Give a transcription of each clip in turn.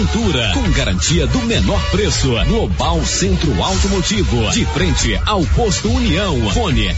Com garantia do menor preço. Global Centro Automotivo, de frente ao Posto União. Fone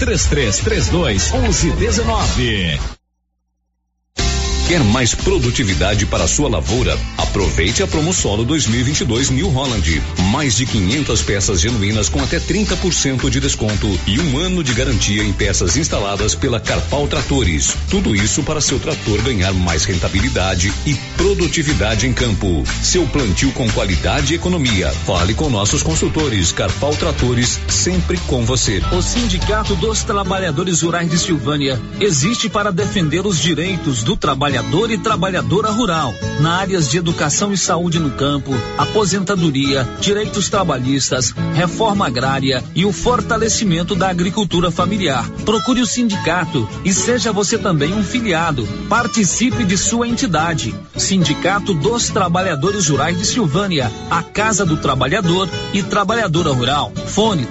3332-1119. Quer mais produtividade para a sua lavoura? Aproveite a Promosolo 2022 New Holland. Mais de 500 peças genuínas com até 30% de desconto e 1 ano de garantia em peças instaladas pela Carpal Tratores. Tudo isso para seu trator ganhar mais rentabilidade e produtividade em campo. Seu plantio com qualidade e economia. Fale com nossos consultores. Carpal Tratores, sempre com você. O Sindicato dos Trabalhadores Rurais de Silvânia existe para defender os direitos do trabalhador e trabalhadora rural, na áreas de educação e saúde no campo, aposentadoria, direitos trabalhistas, reforma agrária e o fortalecimento da agricultura familiar. Procure o sindicato e seja você também um filiado. Participe de sua entidade. Sindicato dos Trabalhadores Rurais de Silvânia, a Casa do Trabalhador e Trabalhadora Rural. Fone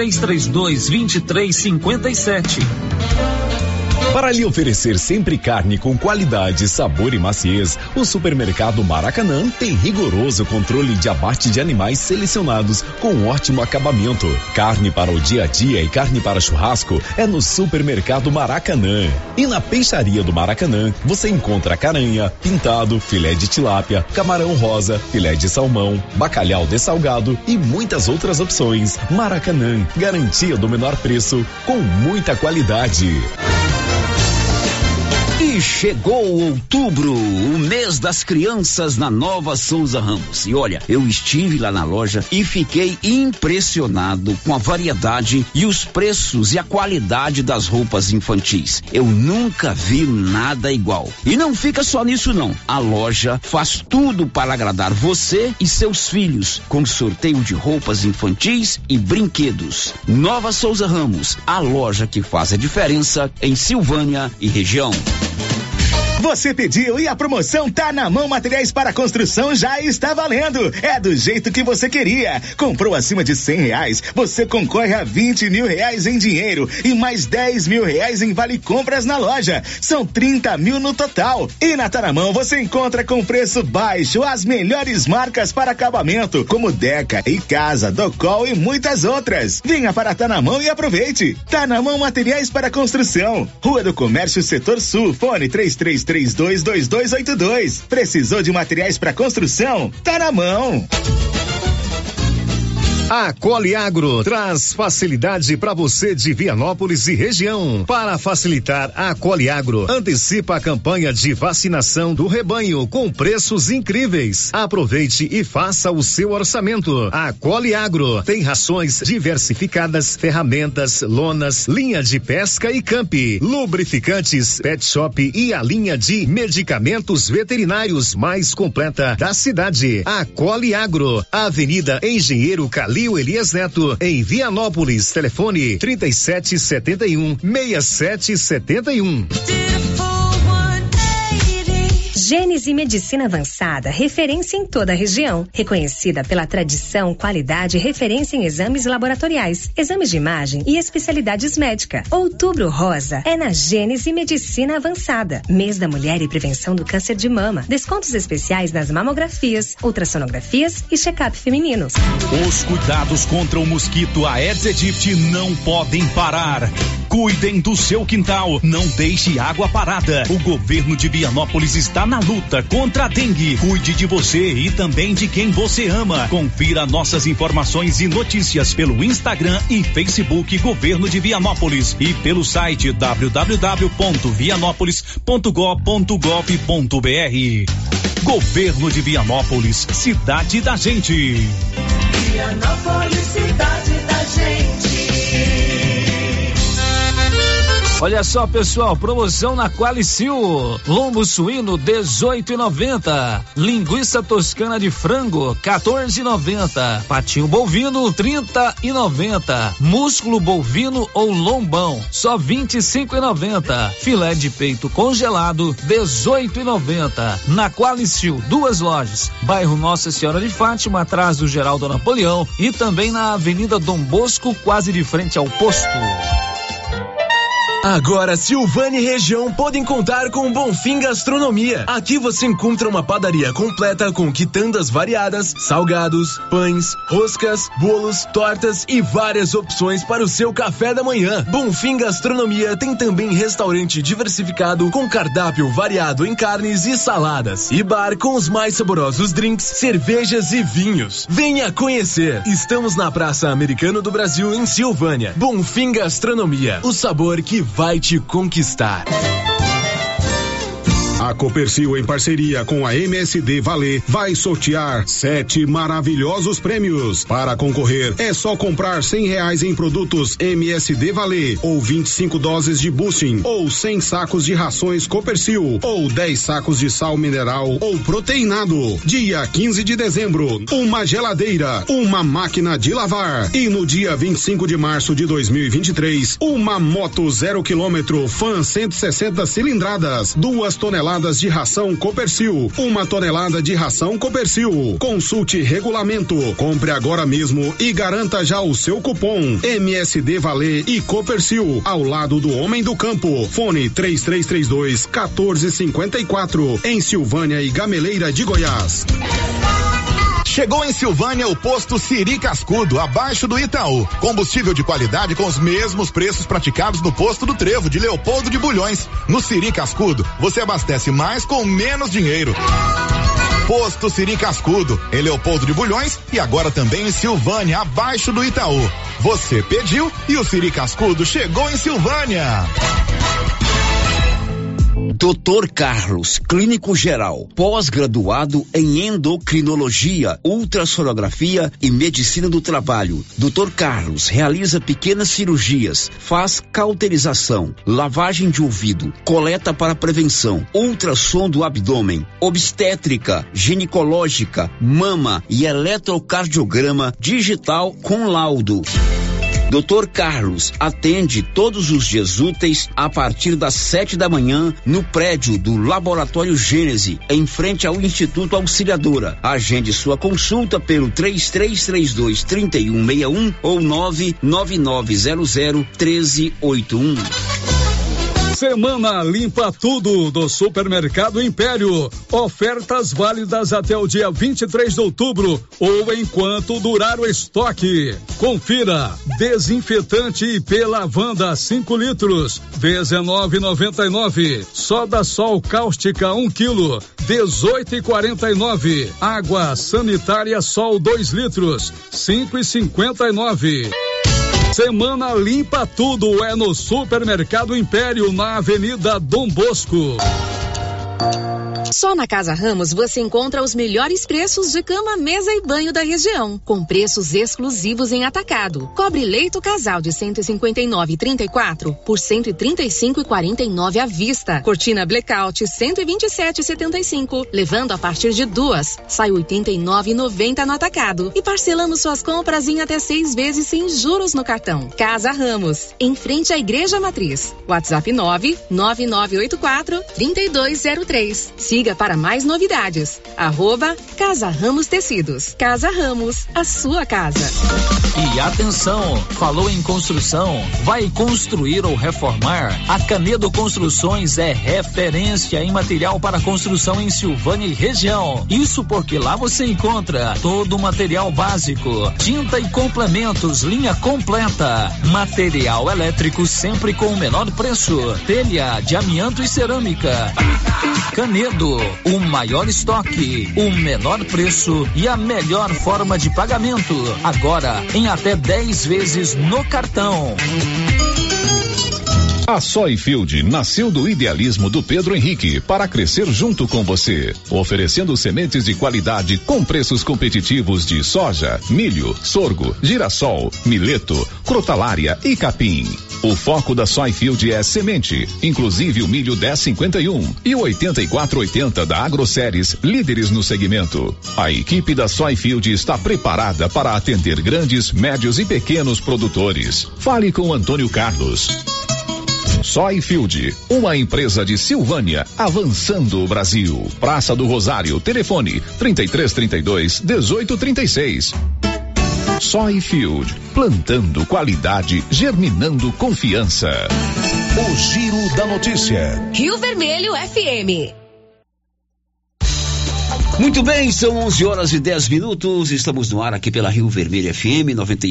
3332-2357. Para lhe oferecer sempre carne com qualidade, sabor e maciez, o Supermercado Maracanã tem rigoroso controle de abate de animais selecionados com ótimo acabamento. Carne para o dia a dia e carne para churrasco é no Supermercado Maracanã. E na Peixaria do Maracanã, você encontra caranha, pintado, filé de tilápia, camarão rosa, filé de salmão, bacalhau dessalgado e muitas outras opções. Maracanã, garantia do menor preço com muita qualidade. E chegou outubro, o mês das crianças na Nova Souza Ramos. E olha, eu estive lá na loja e fiquei impressionado com a variedade e os preços e a qualidade das roupas infantis. Eu nunca vi nada igual. E não fica só nisso não. A loja faz tudo para agradar você e seus filhos, com sorteio de roupas infantis e brinquedos. Nova Souza Ramos, a loja que faz a diferença em Silvânia e região. Você pediu e a promoção Tá na Mão Materiais para Construção já está valendo. É do jeito que você queria. Comprou acima de R$100, você concorre a R$20 mil em dinheiro e mais R$10 mil em vale compras na loja. São 30 mil no total. E na Tá na Mão você encontra com preço baixo as melhores marcas para acabamento, como Deca, Icasa, Docol e muitas outras. Venha para Tá na Mão e aproveite. Tá na Mão Materiais para Construção. Rua do Comércio, Setor Sul. Fone 33322282. Precisou de materiais para construção? Tá na mão. A Coliagro traz facilidade para você de Vianópolis e região. Para facilitar, a Coliagro antecipa a campanha de vacinação do rebanho com preços incríveis. Aproveite e faça o seu orçamento. A Coliagro tem rações diversificadas, ferramentas, lonas, linha de pesca e camp, lubrificantes, pet shop e a linha de medicamentos veterinários mais completa da cidade. A Coliagro, Avenida Engenheiro Calil Elias Neto, em Vianópolis. Telefone 3771-6771. Gênese Medicina Avançada, referência em toda a região. Reconhecida pela tradição, qualidade e referência em exames laboratoriais, exames de imagem e especialidades médicas. Outubro Rosa é na Gênese Medicina Avançada. Mês da Mulher e Prevenção do Câncer de Mama. Descontos especiais nas mamografias, ultrassonografias e check-up femininos. Os cuidados contra o mosquito Aedes aegypti não podem parar. Cuidem do seu quintal, não deixe água parada. O governo de Vianópolis está na luta contra a dengue. Cuide de você e também de quem você ama. Confira nossas informações e notícias pelo Instagram e Facebook Governo de Vianópolis e pelo site www.vianópolis.gov.br. Governo de Vianópolis, cidade da gente. Vianópolis, cidade da gente. Olha só, pessoal, promoção na Qualicil. Lombo suíno 18,90. Linguiça toscana de frango 14,90. Patinho bovino 30,90. Músculo bovino ou lombão só 25,90. Filé de peito congelado 18,90. Na Qualicil, 2 lojas. Bairro Nossa Senhora de Fátima, atrás do Geraldo Napoleão, e também na Avenida Dom Bosco, quase de frente ao posto. Agora, Silvânia e região podem contar com o Bonfim Gastronomia. Aqui você encontra uma padaria completa com quitandas variadas, salgados, pães, roscas, bolos, tortas e várias opções para o seu café da manhã. Bonfim Gastronomia tem também restaurante diversificado com cardápio variado em carnes e saladas e bar com os mais saborosos drinks, cervejas e vinhos. Venha conhecer. Estamos na Praça Americano do Brasil, em Silvânia. Bonfim Gastronomia, o sabor que vai te conquistar. A Copercil, em parceria com a MSD Valer, vai sortear 7 maravilhosos prêmios. Para concorrer, é só comprar R$100 em produtos MSD Valer, ou 25 doses de boosting, ou 100 sacos de rações Copercil, ou 10 sacos de sal mineral ou proteinado. Dia 15 de dezembro, uma geladeira, uma máquina de lavar. E no dia 25 de março de 2023, uma moto 0 km Fan 160 cilindradas, 2 toneladas de ração Copercil, 1 tonelada de ração Copercil. Consulte regulamento, compre agora mesmo e garanta já o seu cupom MSD Valer e Copercil, ao lado do homem do campo. Fone 3332-1454, em Silvânia e Gameleira de Goiás. Chegou em Silvânia o posto Siri Cascudo, abaixo do Itaú. Combustível de qualidade com os mesmos preços praticados no posto do Trevo, de Leopoldo de Bulhões. No Siri Cascudo, você abastece mais com menos dinheiro. Posto Siri Cascudo, em Leopoldo de Bulhões e agora também em Silvânia, abaixo do Itaú. Você pediu e o Siri Cascudo chegou em Silvânia. Dr. Carlos, clínico geral, pós-graduado em endocrinologia, ultrassonografia e medicina do trabalho. Dr. Carlos realiza pequenas cirurgias, faz cauterização, lavagem de ouvido, coleta para prevenção, ultrassom do abdômen, obstétrica, ginecológica, mama e eletrocardiograma digital com laudo. Dr. Carlos atende todos os dias úteis a partir das 7 da manhã no prédio do Laboratório Gênese, em frente ao Instituto Auxiliadora. Agende sua consulta pelo 3332-3161 ou 99900-1381. Semana Limpa Tudo do Supermercado Império. Ofertas válidas até o dia 23 de outubro ou enquanto durar o estoque. Confira: desinfetante IP Lavanda 5 litros, R$19,99. Soda Sol cáustica 1 kg, R$18,49. Água sanitária Sol 2 litros, R$5,59. Semana Limpa Tudo é no Supermercado Império, na Avenida Dom Bosco. Só na Casa Ramos você encontra os melhores preços de cama, mesa e banho da região, com preços exclusivos em atacado. Cobre leito casal de 159,34 por 135,49 à vista. Cortina blackout 127,75, levando a partir de 2, sai 89,90 no atacado. E parcelamos suas compras em até 6 vezes sem juros no cartão. Casa Ramos, em frente à Igreja Matriz. WhatsApp 99984-3203. Siga para mais novidades. @Casa Ramos Tecidos. Casa Ramos, a sua casa. E atenção, falou em construção, vai construir ou reformar? A Canedo Construções é referência em material para construção em Silvânia e região. Isso porque lá você encontra todo o material básico, tinta e complementos, linha completa, material elétrico sempre com o menor preço, telha de amianto e cerâmica. Canedo, o maior estoque, o menor preço e a melhor forma de pagamento. Agora em até 10 vezes no cartão. A Soyfield nasceu do idealismo do Pedro Henrique para crescer junto com você, oferecendo sementes de qualidade com preços competitivos de soja, milho, sorgo, girassol, mileto, crotalária e capim. O foco da Soyfield é semente, inclusive o milho 1051 e o 8480 da AgroSéries, líderes no segmento. A equipe da Soyfield está preparada para atender grandes, médios e pequenos produtores. Fale com Antônio Carlos. Soyfield, uma empresa de Silvânia, avançando o Brasil. Praça do Rosário, telefone 3332-1836. Soyfield, plantando qualidade, germinando confiança. O Giro da Notícia. Rio Vermelho FM. Muito bem, são 11h10. Estamos no ar aqui pela Rio Vermelho FM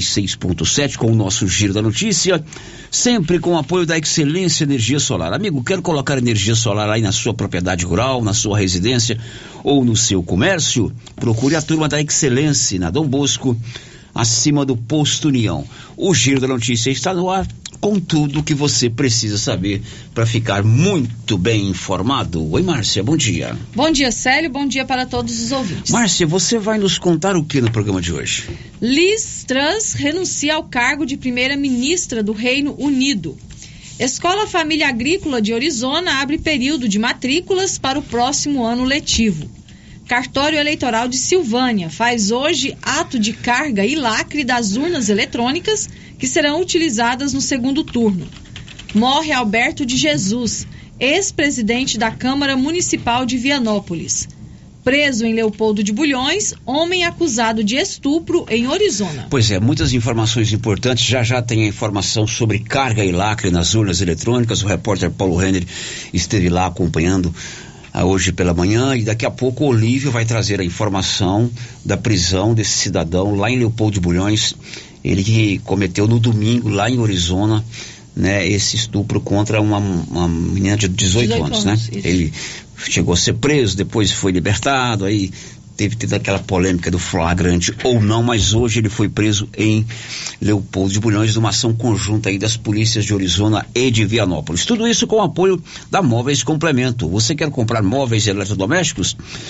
96.7 com o nosso Giro da Notícia, sempre com o apoio da Excelência Energia Solar. Amigo, quer colocar energia solar aí na sua propriedade rural, na sua residência ou no seu comércio? Procure a turma da Excelência na Dom Bosco, acima do Posto União. O Giro da Notícia está no ar com tudo que você precisa saber para ficar muito bem informado. Oi, Márcia, bom dia. Bom dia, Célio, bom dia para todos os ouvintes. Márcia, você vai nos contar o que no programa de hoje? Liz Truss renuncia ao cargo de primeira-ministra do Reino Unido. Escola Família Agrícola de Orizona abre período de matrículas para o próximo ano letivo. Cartório Eleitoral de Silvânia faz hoje ato de carga e lacre das urnas eletrônicas que serão utilizadas no segundo turno. Morre Alberto de Jesus, ex-presidente da Câmara Municipal de Vianópolis. Preso em Leopoldo de Bulhões, homem acusado de estupro em Orizona. Pois é, muitas informações importantes. Já tem a informação sobre carga e lacre nas urnas eletrônicas. O repórter Paulo Renner esteve lá acompanhando hoje pela manhã, e daqui a pouco o Olívio vai trazer a informação da prisão desse cidadão lá em Leopoldo de Bulhões. Ele que cometeu no domingo lá em Orizona, né, esse estupro contra uma menina de 18 anos, né? Isso. Ele chegou a ser preso, depois foi libertado, aí teve aquela polêmica do flagrante ou não, mas hoje ele foi preso em Leopoldo de Bulhões, numa ação conjunta aí das polícias de Orizona e de Vianópolis. Tudo isso com o apoio da Móveis Complemento. Você quer comprar móveis e eletrodomésticos?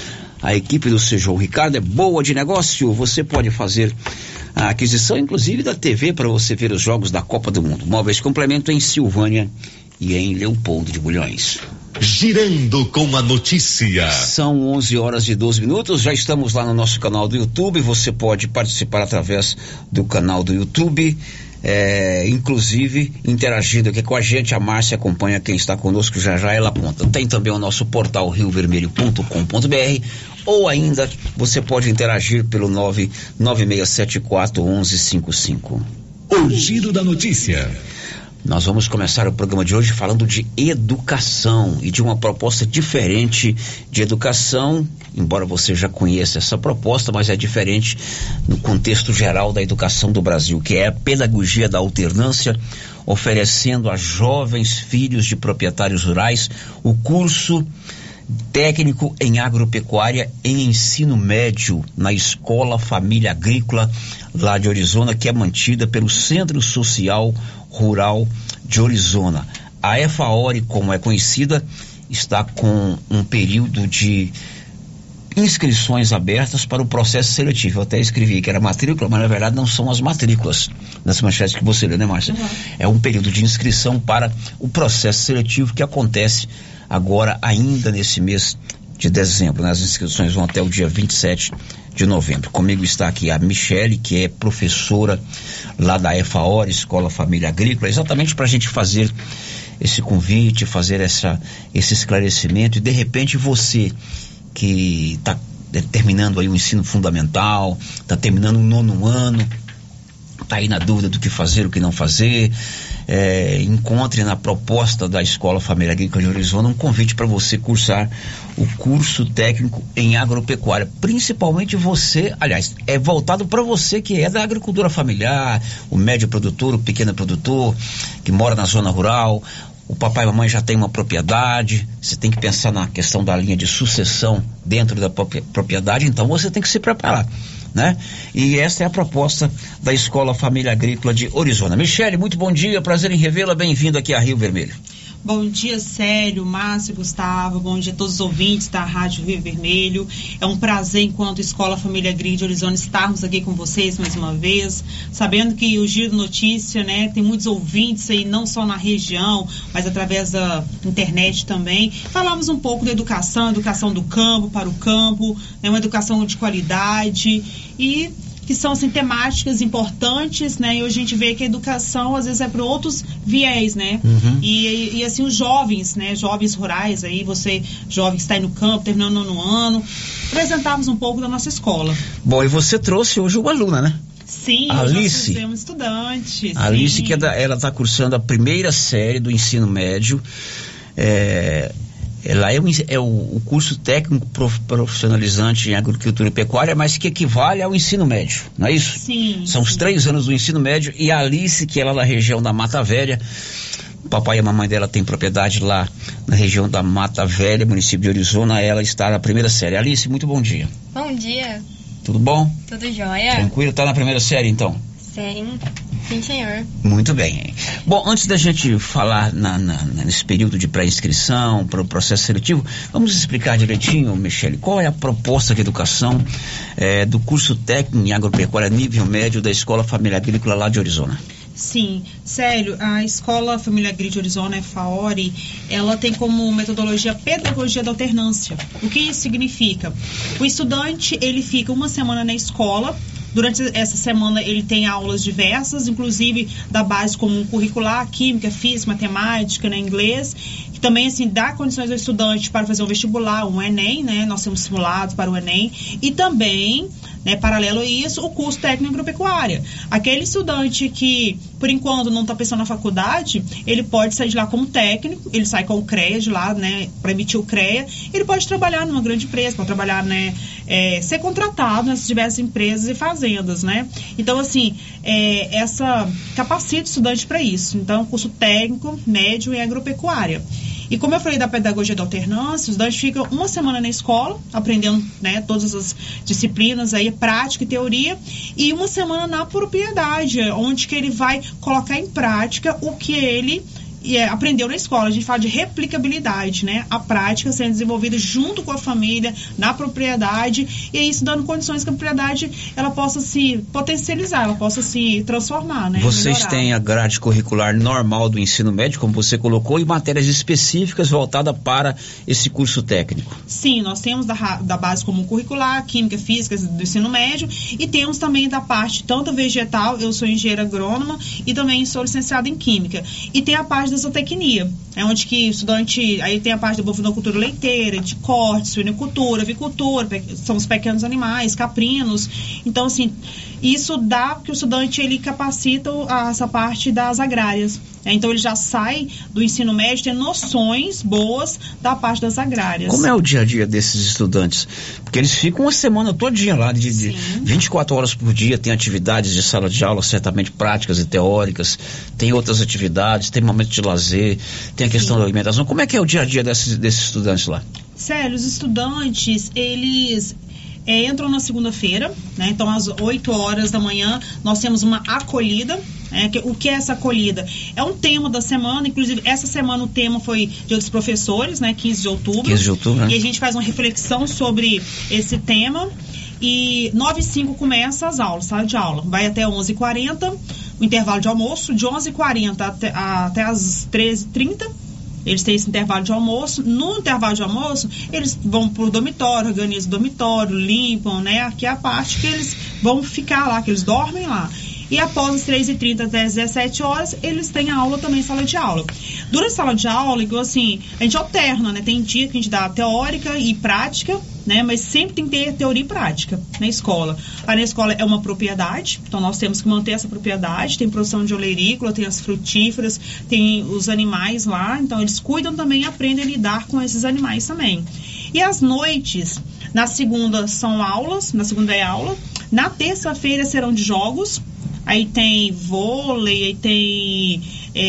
A equipe do seu João Ricardo é boa de negócio. Você pode fazer a aquisição, inclusive, da TV para você ver os jogos da Copa do Mundo. Móveis Complemento em Silvânia e em Leopoldo de Bulhões. Girando com a notícia. São 11h12. Já estamos lá no nosso canal do YouTube. Você pode participar através do canal do YouTube, inclusive interagindo aqui com a gente. A Márcia acompanha quem está conosco, já ela aponta. Tem também o nosso portal riovermelho.com.br, ou ainda você pode interagir pelo 996741155. O Giro da Notícia. Nós vamos começar o programa de hoje falando de educação e de uma proposta diferente de educação, embora você já conheça essa proposta, mas é diferente no contexto geral da educação do Brasil, que é a pedagogia da alternância, oferecendo a jovens filhos de proprietários rurais o curso técnico em agropecuária em ensino médio na Escola Família Agrícola lá de Orizona, que é mantida pelo Centro Social Rural de Orizona. A EFAORE, como é conhecida, está com um período de inscrições abertas para o processo seletivo. Eu até escrevi que era matrícula, mas na verdade não são as matrículas das manchetes que você leu, né, Márcia? Uhum. É um período de inscrição para o processo seletivo que acontece agora ainda nesse mês de dezembro, né? As inscrições vão até o dia 27 de novembro. Comigo está aqui a Michele, que é professora lá da EFAORE, Escola Família Agrícola, exatamente para a gente fazer esse convite, fazer esse esclarecimento, e de repente você que está terminando aí o ensino fundamental, está terminando o 9º ano, está aí na dúvida do que fazer, o que não fazer, encontre na proposta da Escola Família Agrícola de Orizona um convite para você cursar o curso técnico em agropecuária. Principalmente você, aliás, é voltado para você que é da agricultura familiar, o médio produtor, o pequeno produtor, que mora na zona rural. O papai e a mamãe já tem uma propriedade, você tem que pensar na questão da linha de sucessão dentro da propriedade, então você tem que se preparar, né? E essa é a proposta da Escola Família Agrícola de Orizona. Michele, muito bom dia, prazer em revê-la, bem-vindo aqui a Rio Vermelho. Bom dia, Célio, Márcio, Gustavo, bom dia a todos os ouvintes da Rádio Rio Vermelho. É um prazer, enquanto Escola Família Agrícola de Orizona, estarmos aqui com vocês mais uma vez, sabendo que o Giro Notícia, né, tem muitos ouvintes aí, não só na região, mas através da internet também. Falamos um pouco da educação do campo para o campo, né, uma educação de qualidade e que são assim, temáticas importantes, né? E hoje a gente vê que a educação às vezes é para outros viés, né? Uhum. E assim, os jovens, né? Jovens rurais aí, você, jovem que está aí no campo, terminando no ano, apresentarmos um pouco da nossa escola. Bom, e você trouxe hoje uma aluna, né? Sim, Alice. nós temos estudante. A Alice, que ela está cursando a primeira série do ensino médio. Ela é o curso técnico profissionalizante em agricultura e pecuária, mas que equivale ao ensino médio, não é isso? Sim. São os 3 anos do ensino médio. E a Alice, que ela é da região da Mata Velha, o papai e a mamãe dela têm propriedade lá na região da Mata Velha, município de Orizona. Ela está na primeira série. Alice, muito bom dia. Bom dia. Tudo bom? Tudo jóia. Tranquilo? Tá na primeira série, então? Sim, senhor. Muito bem. Bom, antes da gente falar nesse período de pré-inscrição para o processo seletivo, vamos explicar direitinho, Michele, qual é a proposta de educação do curso técnico em agropecuária nível médio da Escola Família Agrícola lá de Orizona? Sim, Célio, a Escola Família Agrícola de Orizona, FAORI, ela tem como metodologia pedagogia da alternância. O que isso significa? O estudante, ele fica uma semana na escola. Durante essa semana ele tem aulas diversas, inclusive da base comum curricular, química, física, matemática, né, inglês, que também assim dá condições ao estudante para fazer um vestibular, um Enem, né? Nós temos simulados para o Enem, e também, né, paralelo a isso, o curso técnico agropecuária. Aquele estudante que, por enquanto, não está pensando na faculdade, ele pode sair de lá como técnico, ele sai com o CREA de lá, né, para emitir o CREA, ele pode trabalhar numa grande empresa, pode trabalhar, né, ser contratado nessas diversas empresas e fazendas, né? Então, assim, essa capacita o estudante para isso. Então, curso técnico, médio e agropecuária. E como eu falei da pedagogia da alternância, o estudante fica uma semana na escola, aprendendo, né, todas as disciplinas aí, prática e teoria, e uma semana na propriedade, onde que ele vai colocar em prática o que ele aprendeu na escola. A gente fala de replicabilidade, né? A prática sendo desenvolvida junto com a família, na propriedade, e isso dando condições que a propriedade ela possa se potencializar, ela possa se transformar, né? Vocês melhorar. têm a grade curricular normal do ensino médio, como você colocou, e matérias específicas voltadas para esse curso técnico? Sim, nós temos da base comum curricular, química, física do ensino médio, e temos também da parte tanto vegetal, eu sou engenheira agrônoma e também sou licenciada em química, e tem a parte da zootecnia, onde que o estudante, aí tem a parte da bovinocultura leiteira, de corte, suinocultura, avicultura, são os pequenos animais, caprinos. Então, assim, isso dá que o estudante, ele capacita essa parte das agrárias. Então, ele já sai do ensino médio tendo noções boas da parte das agrárias. Como é o dia a dia desses estudantes? Porque eles ficam uma semana todinha lá, de 24 horas por dia, tem atividades de sala de aula, certamente práticas e teóricas, tem outras atividades, tem momentos de lazer, tem a questão da alimentação. Como é que é o dia a dia desses estudantes lá? Sério, os estudantes, eles entram na segunda-feira, né? Então às 8 horas da manhã nós temos uma acolhida. O que é essa acolhida? É um tema da semana, inclusive essa semana o tema foi Dia dos Professores, né? 15 de outubro. 15 de outubro, né? E a gente faz uma reflexão sobre esse tema. E 9h05 começa as aulas, sala de aula. Vai até 11h40, o intervalo de almoço, de 11h40 até as 13h30. Eles têm esse intervalo de almoço. No intervalo de almoço, eles vão pro dormitório, organizam o dormitório, limpam, né? Aqui é a parte que eles vão ficar lá, que eles dormem lá. E após as 13h30 até as 17 horas, eles têm aula também, sala de aula. Durante a sala de aula, assim, a gente alterna, né? Tem dia que a gente dá teórica e prática, né? Mas sempre tem que ter teoria e prática na escola. Aí na escola é uma propriedade, então nós temos que manter essa propriedade. Tem produção de olerícola, tem as frutíferas, tem os animais lá. Então eles cuidam também e aprendem a lidar com esses animais também. E às noites, na segunda são aulas, na segunda é aula. Na terça-feira serão de jogos. Aí tem vôlei, aí tem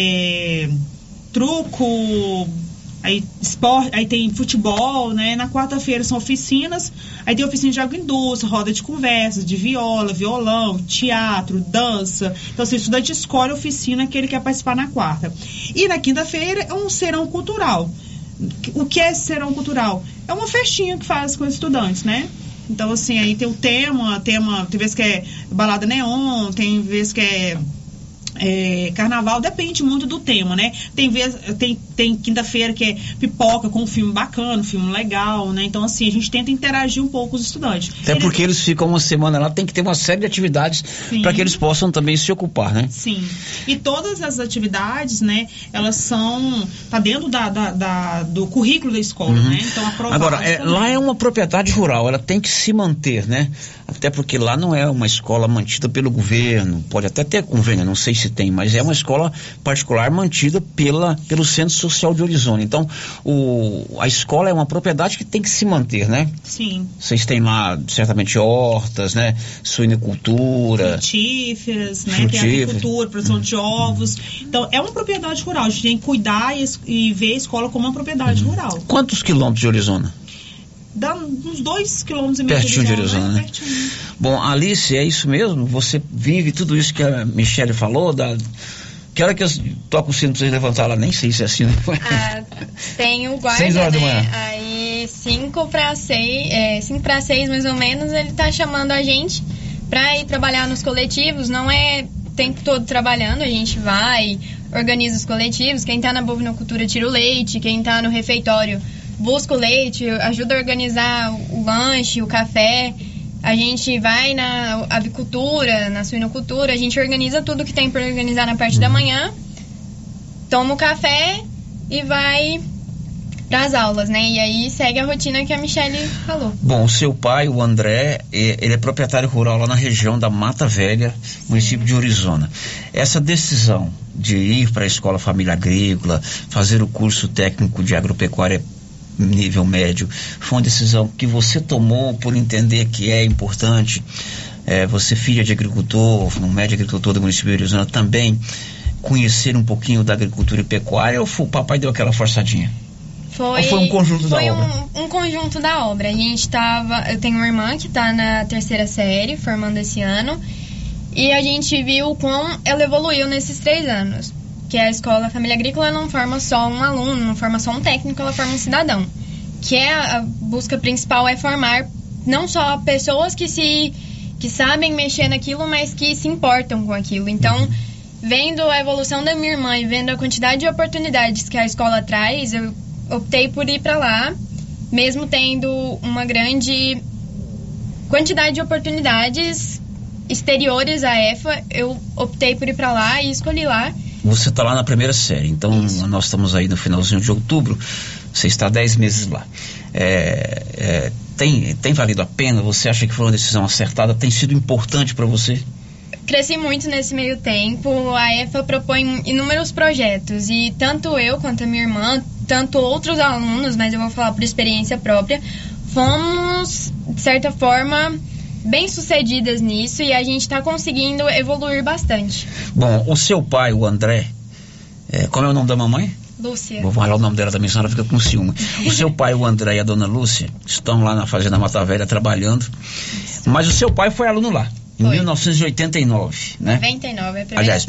truco, aí esporte, aí tem futebol, né? Na quarta-feira são oficinas, aí tem oficina de agroindústria, roda de conversa, de viola, violão, teatro, dança. Então, assim, o estudante escolhe a oficina que ele quer participar na quarta. E na quinta-feira é um serão cultural. O que é esse serão cultural? É uma festinha que faz com os estudantes, né? Então, assim, aí tem o tema, tem vezes que é balada neon, tem vezes que é carnaval, depende muito do tema, né? Tem tem quinta-feira que é pipoca com um filme bacana, um filme legal, né? Então, assim, a gente tenta interagir um pouco com os estudantes. Até porque eles ficam uma semana lá, tem que ter uma série de atividades para que eles possam também se ocupar, né? Sim. E todas as atividades, né, elas tá dentro do currículo da escola, né? Então, agora, lá é uma propriedade rural, ela tem que se manter, né? Até porque lá não é uma escola mantida pelo governo, pode até ter convênio, não sei se tem, mas é uma escola particular mantida pelo Centro Social de Orizona. Então, a escola é uma propriedade que tem que se manter, né? Sim. Vocês têm lá, certamente, hortas, né? Suinicultura. Frutíferas, né? Tem agricultura, produção de ovos. Então, é uma propriedade rural. A gente tem que cuidar e ver a escola como uma propriedade rural. Quantos quilômetros de Orizona? Dá uns 2,5 quilômetros. Pertinho de Orizona, né? Pertinho. Bom, Alice, é isso mesmo? Você vive tudo isso que a Michele falou? Que hora que eu toco o sino pra vocês levantar lá? Nem sei se é assim, né? Tem o guarda, 6 horas da manhã. Aí 5 para 6 mais ou menos, ele tá chamando a gente pra ir trabalhar nos coletivos. Não é o tempo todo trabalhando, a gente vai, organiza os coletivos. Quem tá na bovinocultura tira o leite, quem tá no refeitório busca o leite, ajuda a organizar o lanche, o café. A gente vai na avicultura, na suinocultura, a gente organiza tudo que tem para organizar na parte da manhã, toma o café e vai para as aulas, né? E aí segue a rotina que a Michele falou. Bom, o seu pai, o André, ele é proprietário rural lá na região da Mata Velha, município de Orizona. Essa decisão de ir para a Escola Família Agrícola, fazer o curso técnico de agropecuária nível médio, foi uma decisão que você tomou por entender que é importante, você filha de agricultor, um médio agricultor do município de Orizona, também conhecer um pouquinho da agricultura e pecuária, ou o papai deu aquela forçadinha? Foi um conjunto da obra? Foi um conjunto da obra. Eu tenho uma irmã que está na 3ª série, formando esse ano, e a gente viu quão ela evoluiu nesses 3 anos. Que a Escola Família Agrícola não forma só um aluno, não forma só um técnico, ela forma um cidadão. Que a busca principal é formar não só pessoas que sabem mexer naquilo, mas que se importam com aquilo. Então, vendo a evolução da minha irmã e vendo a quantidade de oportunidades que a escola traz, eu optei por ir para lá, mesmo tendo uma grande quantidade de oportunidades exteriores à EFA, eu optei por ir para lá e escolhi lá. Você está lá na 1ª série, então nós estamos aí no finalzinho de outubro, você está 10 meses lá. Tem valido a pena? Você acha que foi uma decisão acertada? Tem sido importante para você? Cresci muito nesse meio tempo. A EFA propõe inúmeros projetos e tanto eu quanto a minha irmã, tanto outros alunos, mas eu vou falar por experiência própria, fomos, de certa forma, bem-sucedidas nisso e a gente está conseguindo evoluir bastante. Bom, o seu pai, o André, como é o nome da mamãe? Lúcia. Vou falar o nome dela também, senão ela fica com ciúme. O seu pai, o André e a dona Lúcia estão lá na Fazenda Mata Velha trabalhando, mas o seu pai foi aluno lá, em 1989, né? 99, Aliás,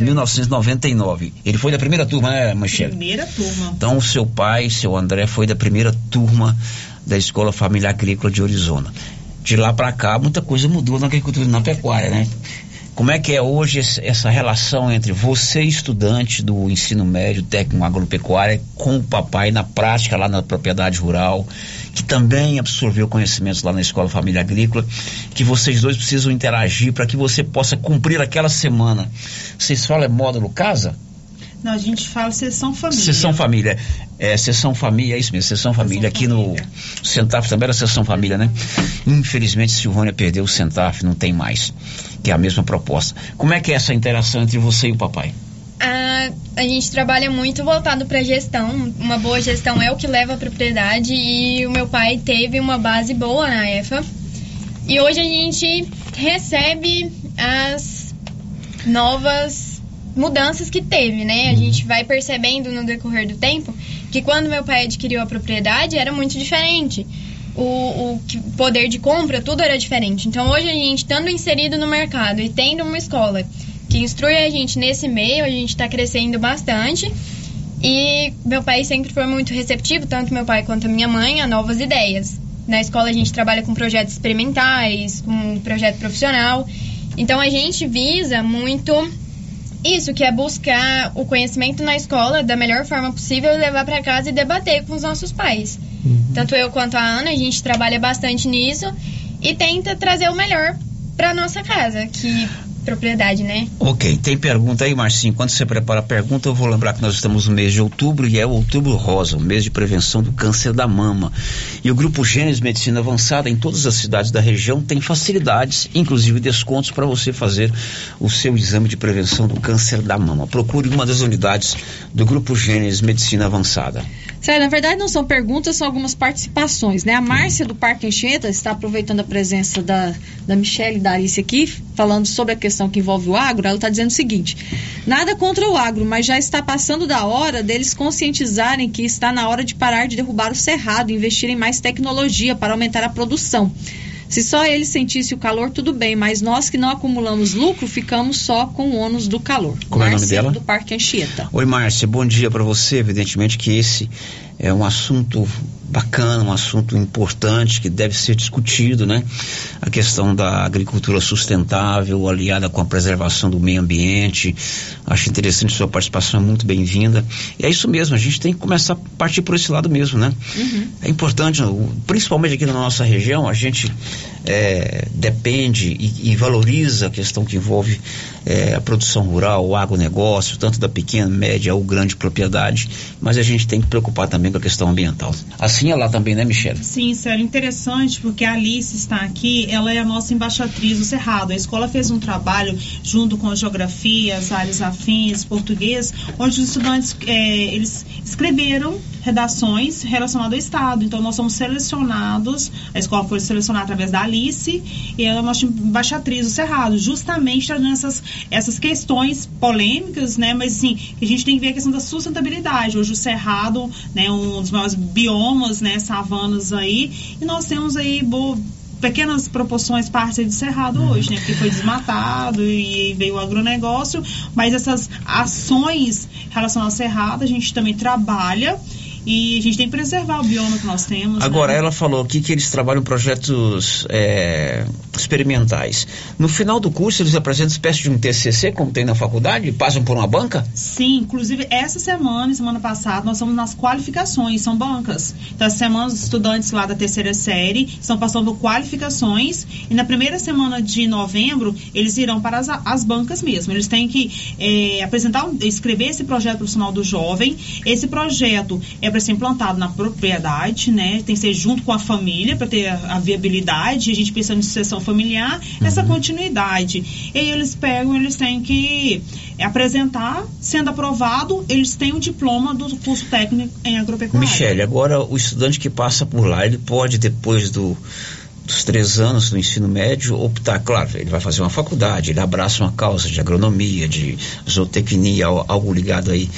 1999. Ele foi da primeira turma, né, Michele? Primeira turma. Então, o seu pai, seu André, foi da primeira turma da Escola Família Agrícola de Orizona. De lá para cá, muita coisa mudou na agricultura e na pecuária, né? Como é que é hoje essa relação entre você, estudante do ensino médio, técnico agropecuária, com o papai na prática lá na propriedade rural, que também absorveu conhecimentos lá na Escola Família Agrícola, que vocês dois precisam interagir para que você possa cumprir aquela semana? Vocês falam módulo casa? Não, a gente fala sessão família. Sessão família. Sessão família, é isso mesmo, sessão família. Aqui no Centaf também era sessão família, né? Infelizmente, Silvânia perdeu o Centaf, não tem mais, que é a mesma proposta. Como é que é essa interação entre você e o papai? A gente trabalha muito voltado para gestão. Uma boa gestão é o que leva a propriedade e o meu pai teve uma base boa na EFA. E hoje a gente recebe as novas mudanças que teve, né? A gente vai percebendo no decorrer do tempo que quando meu pai adquiriu a propriedade era muito diferente. O poder de compra, tudo era diferente. Então hoje a gente, estando inserido no mercado e tendo uma escola que instrui a gente nesse meio, a gente está crescendo bastante. E meu pai sempre foi muito receptivo, tanto meu pai quanto a minha mãe, a novas ideias. Na escola a gente trabalha com projetos experimentais, com projeto profissional. Então a gente visa muito Isso, que é buscar o conhecimento na escola da melhor forma possível e levar para casa e debater com os nossos pais. Tanto eu quanto a Ana, a gente trabalha bastante nisso e tenta trazer o melhor para nossa casa, que propriedade, né? Ok, tem pergunta aí, Marcinho. Quando você prepara a pergunta, eu vou lembrar que nós estamos no mês de outubro e é o Outubro Rosa, o mês de prevenção do câncer da mama. E o Grupo Gênesis Medicina Avançada em todas as cidades da região tem facilidades, inclusive descontos para você fazer o seu exame de prevenção do câncer da mama. Procure uma das unidades do Grupo Gênesis Medicina Avançada. Sério, na verdade não são perguntas, são algumas participações, né? A Márcia do Parque Anchieta está aproveitando a presença da Michele e da Alice aqui, falando sobre a questão que envolve o agro. Ela está dizendo o seguinte: nada contra o agro, mas já está passando da hora deles conscientizarem que está na hora de parar de derrubar o cerrado e investir em mais tecnologia para aumentar a produção. Se só eles sentissem o calor, tudo bem, mas nós que não acumulamos lucro, ficamos só com o ônus do calor. Como é o nome dela? Do Parque Anchieta. Oi, Márcia, bom dia para você. Evidentemente que esse é um assunto bacana, um assunto importante que deve ser discutido, né? A questão da agricultura sustentável aliada com a preservação do meio ambiente. Acho interessante sua participação, é muito bem-vinda. E é isso mesmo, a gente tem que começar a partir por esse lado mesmo, né? É importante, principalmente aqui na nossa região, a gente depende e valoriza a questão que envolve a produção rural, o agronegócio, tanto da pequena, média ou grande propriedade, mas a gente tem que preocupar também com a questão ambiental. Assim é lá também, né, Michele? Sim, Célio, interessante, porque a Alice está aqui, ela é a nossa embaixatriz do Cerrado. A escola fez um trabalho junto com geografia, as áreas afins, português, onde os estudantes, eles escreveram redações relacionadas ao Estado. Então, nós somos selecionados, a escola foi selecionada através da Alice, e ela é a nossa embaixatriz do Cerrado, justamente trazendo essas questões polêmicas, né? Mas, assim, que a gente tem que ver a questão da sustentabilidade. Hoje o Cerrado, né, um dos maiores biomas, né, savanas aí, e nós temos aí pequenas proporções partes do Cerrado hoje, né? Porque foi desmatado e veio o agronegócio, mas essas ações relacionadas ao Cerrado a gente também trabalha e a gente tem que preservar o bioma que nós temos. Agora, né? Ela falou aqui que eles trabalham projetos experimentais. No final do curso, eles apresentam espécie de um TCC, como tem na faculdade, e passam por uma banca? Sim, inclusive essa semana passada, nós estamos nas qualificações, são bancas. Então, essa semana, os estudantes lá da terceira série estão passando por qualificações e na primeira semana de novembro, eles irão para as bancas mesmo. Eles têm que escrever esse projeto profissional do jovem. Esse projeto é para ser implantado na propriedade, né? Tem que ser junto com a família para ter a viabilidade. A gente pensa em sucessão familiar, essa continuidade. E aí eles têm que apresentar, sendo aprovado, eles têm o diploma do curso técnico em agropecuária. Michele, agora o estudante que passa por lá, ele pode, depois dos 3 anos do ensino médio, optar, claro, ele vai fazer uma faculdade, ele abraça uma causa de agronomia, de zootecnia, algo ligado aí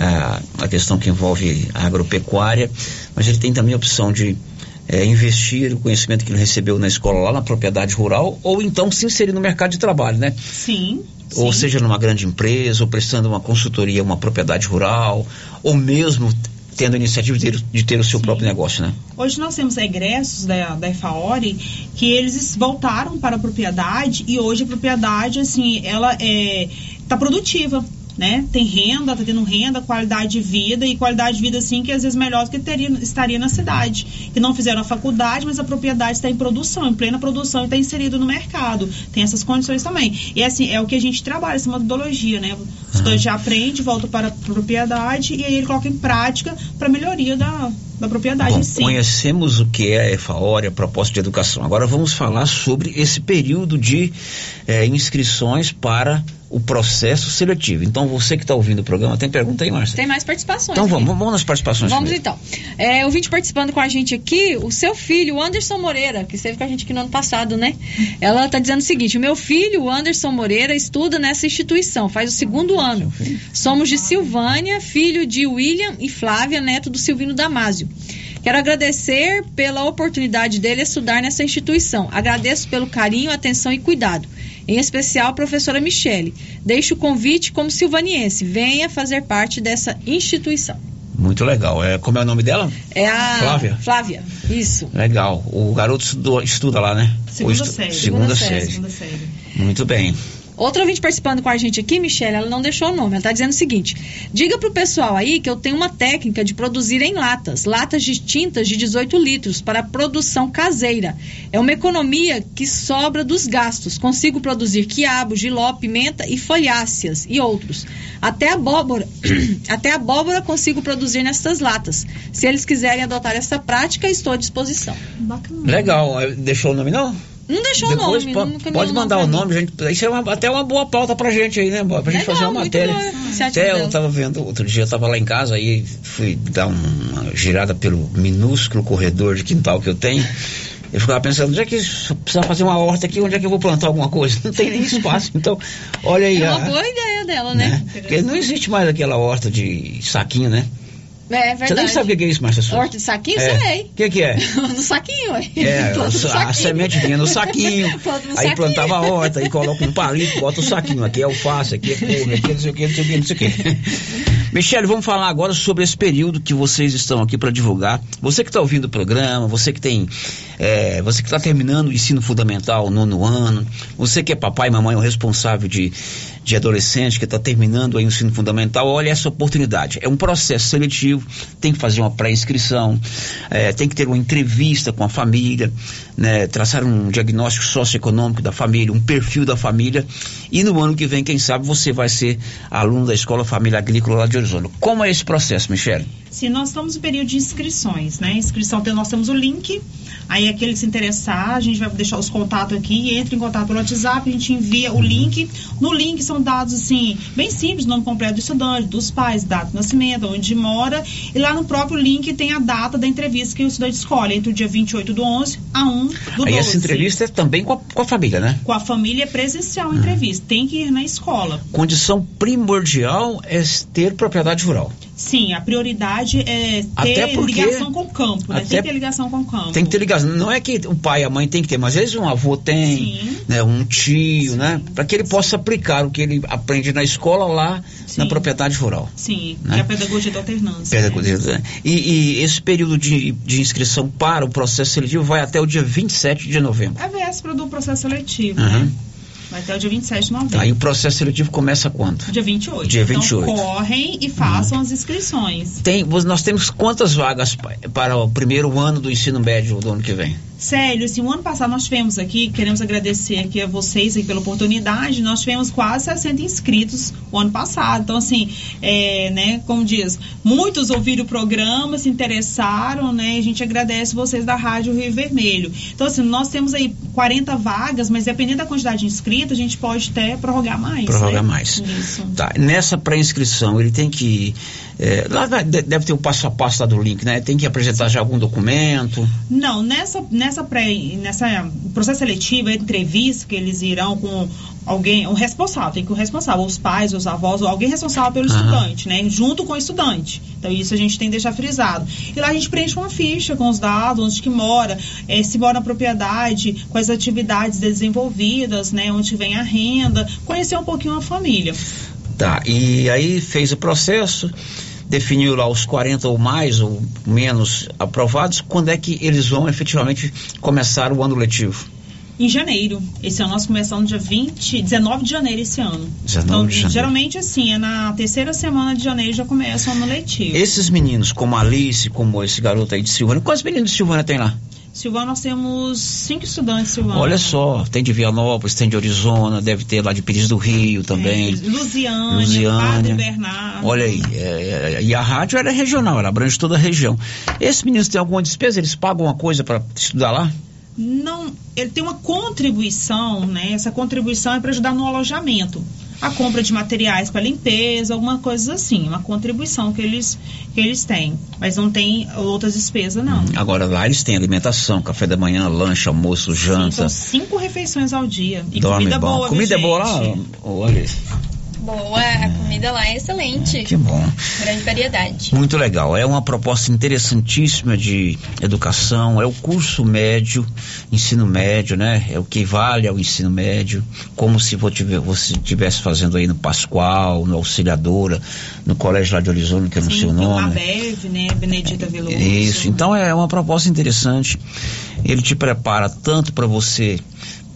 à questão que envolve a agropecuária, mas ele tem também a opção de investir o conhecimento que ele recebeu na escola lá na propriedade rural, ou então se inserir no mercado de trabalho, né? Sim. Ou seja, numa grande empresa, ou prestando uma consultoria a uma propriedade rural, ou mesmo tendo a iniciativa de ter o seu próprio negócio, né? Hoje nós temos egressos da EFAORE que eles voltaram para a propriedade e hoje a propriedade, assim, ela está produtiva, né? Tem renda, tá tendo renda, qualidade de vida e qualidade de vida, assim, que às vezes melhor do que estaria na cidade. Que não fizeram a faculdade, mas a propriedade está em produção, em plena produção e está inserido no mercado. Tem essas condições também. E assim, é o que a gente trabalha, essa metodologia, né? O estudante já aprende, volta para a propriedade e aí ele coloca em prática para melhoria da propriedade. Bom, em si. Conhecemos o que é a EFAORE, a proposta de educação. Agora vamos falar sobre esse período de inscrições para o processo seletivo. Então, você que está ouvindo o programa, tem pergunta aí, Márcia? Tem mais participações. Então vamos nas participações. Vamos primeiro. então. Ouvinte participando com a gente aqui, o seu filho, o Anderson Moreira, que esteve com a gente aqui no ano passado, né? Ela está dizendo o seguinte: o meu filho, o Anderson Moreira, estuda nessa instituição, faz o 2º ano. Somos de Silvânia, filho de William e Flávia, neto do Silvino Damásio. Quero agradecer pela oportunidade dele estudar nessa instituição. Agradeço pelo carinho, atenção e cuidado. Em especial a professora Michele. Deixo o convite como silvaniense. Venha fazer parte dessa instituição. Muito legal. Como é o nome dela? É a Flávia. Flávia, isso. Legal. O garoto estuda lá, né? Segunda série. Muito bem. Outra ouvinte participando com a gente aqui, Michele, ela não deixou o nome, ela está dizendo o seguinte: diga pro pessoal aí que eu tenho uma técnica de produzir em latas de tintas de 18 litros para produção caseira. É uma economia que sobra dos gastos. Consigo produzir quiabo, jiló, pimenta e folháceas e outros. Até abóbora consigo produzir nessas latas. Se eles quiserem adotar essa prática, estou à disposição. Bacana. Legal. Deixou o nome não? Não deixou depois o nome. Pode mandar o nome, gente. Isso é até uma boa pauta pra gente aí, né? Pra gente fazer uma matéria. Até eu tava vendo, outro dia eu tava lá em casa, aí fui dar uma girada pelo minúsculo corredor de quintal que eu tenho. Eu ficava pensando, onde é que precisa fazer uma horta aqui, onde é que eu vou plantar alguma coisa? Não tem nem espaço. Então, olha aí. É uma boa ideia dela, né? Porque não existe mais aquela horta de saquinho, né? É verdade. Você nem sabe o que é isso, Márcia Souza? Horta de saquinho? Sei. O que é? No saquinho, ué. A semente vinha no saquinho. Aí plantava a horta, aí coloca um palito, bota o saquinho. Aqui é alface, aqui é couve, aqui é não sei o que, não sei o que, não sei o que. Michele, vamos falar agora sobre esse período que vocês estão aqui para divulgar. Você que está ouvindo o programa, você que está terminando o ensino fundamental, 9º ano, você que é papai e mamãe, o responsável de adolescente que está terminando aí o ensino fundamental, olha essa oportunidade. É um processo seletivo, tem que fazer uma pré-inscrição, tem que ter uma entrevista com a família, né, traçar um diagnóstico socioeconômico da família, um perfil da família, e no ano que vem, quem sabe, você vai ser aluno da Escola Família Agrícola lá de Orizona. Como é esse processo, Michele? Sim, nós estamos no período de inscrições, né? Nós temos o link, aí aquele que se interessar, a gente vai deixar os contatos aqui, entra em contato pelo WhatsApp, a gente envia o link. No link são dados, assim, bem simples, nome completo do estudante, dos pais, data de nascimento, onde mora, e lá no próprio link tem a data da entrevista que o estudante escolhe, entre o dia 28/11 a 1 do 12. Aí essa entrevista é também com a família, né? Com a família presencial a entrevista, tem que ir na escola. Condição primordial é ter propriedade rural. Sim, a prioridade é ter ligação com o campo, né? Tem que ter ligação com o campo. Tem que ter ligação. Não é que o pai e a mãe tem que ter, mas às vezes um avô tem, né? Um tio, né? Para que ele possa aplicar o que ele aprende na escola lá na propriedade rural. Sim, né? Que é a pedagogia da alternância. Né? E esse período de inscrição para o processo seletivo vai até o dia 27 de novembro. É a véspera do processo seletivo, né? Vai até o dia 27 de novembro. Aí o processo seletivo começa quando? Dia 28. Dia 28. Então correm e façam as inscrições. Nós temos quantas vagas para o primeiro ano do ensino médio do ano que vem? Sério, assim, o ano passado nós tivemos aqui, queremos agradecer aqui a vocês aí pela oportunidade, nós tivemos quase 60 inscritos o ano passado. Então, assim, né, como diz, muitos ouviram o programa, se interessaram, né, e a gente agradece vocês da Rádio Rio Vermelho. Então, assim, nós temos aí 40 vagas, mas dependendo da quantidade de inscritos, a gente pode até prorrogar mais. Prorrogar mais. Isso. Tá. Nessa pré-inscrição, ele tem que... lá deve ter o passo a passo lá do link, né? Tem que apresentar já algum documento? Não, nessa processo seletivo, a entrevista que eles irão com alguém, o responsável, tem que o responsável, os pais, os avós, ou alguém responsável pelo estudante, né? Junto com o estudante. Então isso a gente tem que deixar frisado. E lá a gente preenche uma ficha com os dados, onde que mora, se mora na propriedade, quais atividades desenvolvidas, né? Onde vem a renda, conhecer um pouquinho a família. Tá, e aí fez o processo, definiu lá os 40 ou mais ou menos aprovados. Quando é que eles vão efetivamente começar o ano letivo? Em janeiro. Esse ano nós começamos dia 19 de janeiro esse ano. 19 de janeiro. Geralmente assim, é na terceira semana de janeiro já começa o ano letivo. Esses meninos, como a Alice, como esse garoto aí de Silvânia, quantos meninos de Silvânia tem lá? Silvânia, nós temos 5 estudantes, Silvânia. Olha só, tem de Vianópolis, tem de Orizona, deve ter lá de Pires do Rio também. Lusiânia, Padre Bernardo. Olha aí, e a rádio era regional, ela abrange toda a região. Esses meninos têm alguma despesa? Eles pagam uma coisa para estudar lá? Não, ele tem uma contribuição, né? Essa contribuição é para ajudar no alojamento. A compra de materiais para limpeza, alguma coisa assim, uma contribuição que eles têm, mas não tem outras despesas não. Agora lá eles têm alimentação, café da manhã, lanche, almoço, janta. Sim, são 5 refeições ao dia e dorme comida bom. boa. Comida é boa lá? Olha isso. Boa, a comida lá é excelente. Que bom. Grande variedade. Muito legal. É uma proposta interessantíssima de educação. É o curso médio, ensino médio, né? É o que vale ao ensino médio. Como se você estivesse fazendo aí no Pascoal, no Auxiliadora, no Colégio lá de Orizona, que eu não sei o nome. A BEV, né? Benedita Veloso. Isso. Então é uma proposta interessante. Ele te prepara tanto para você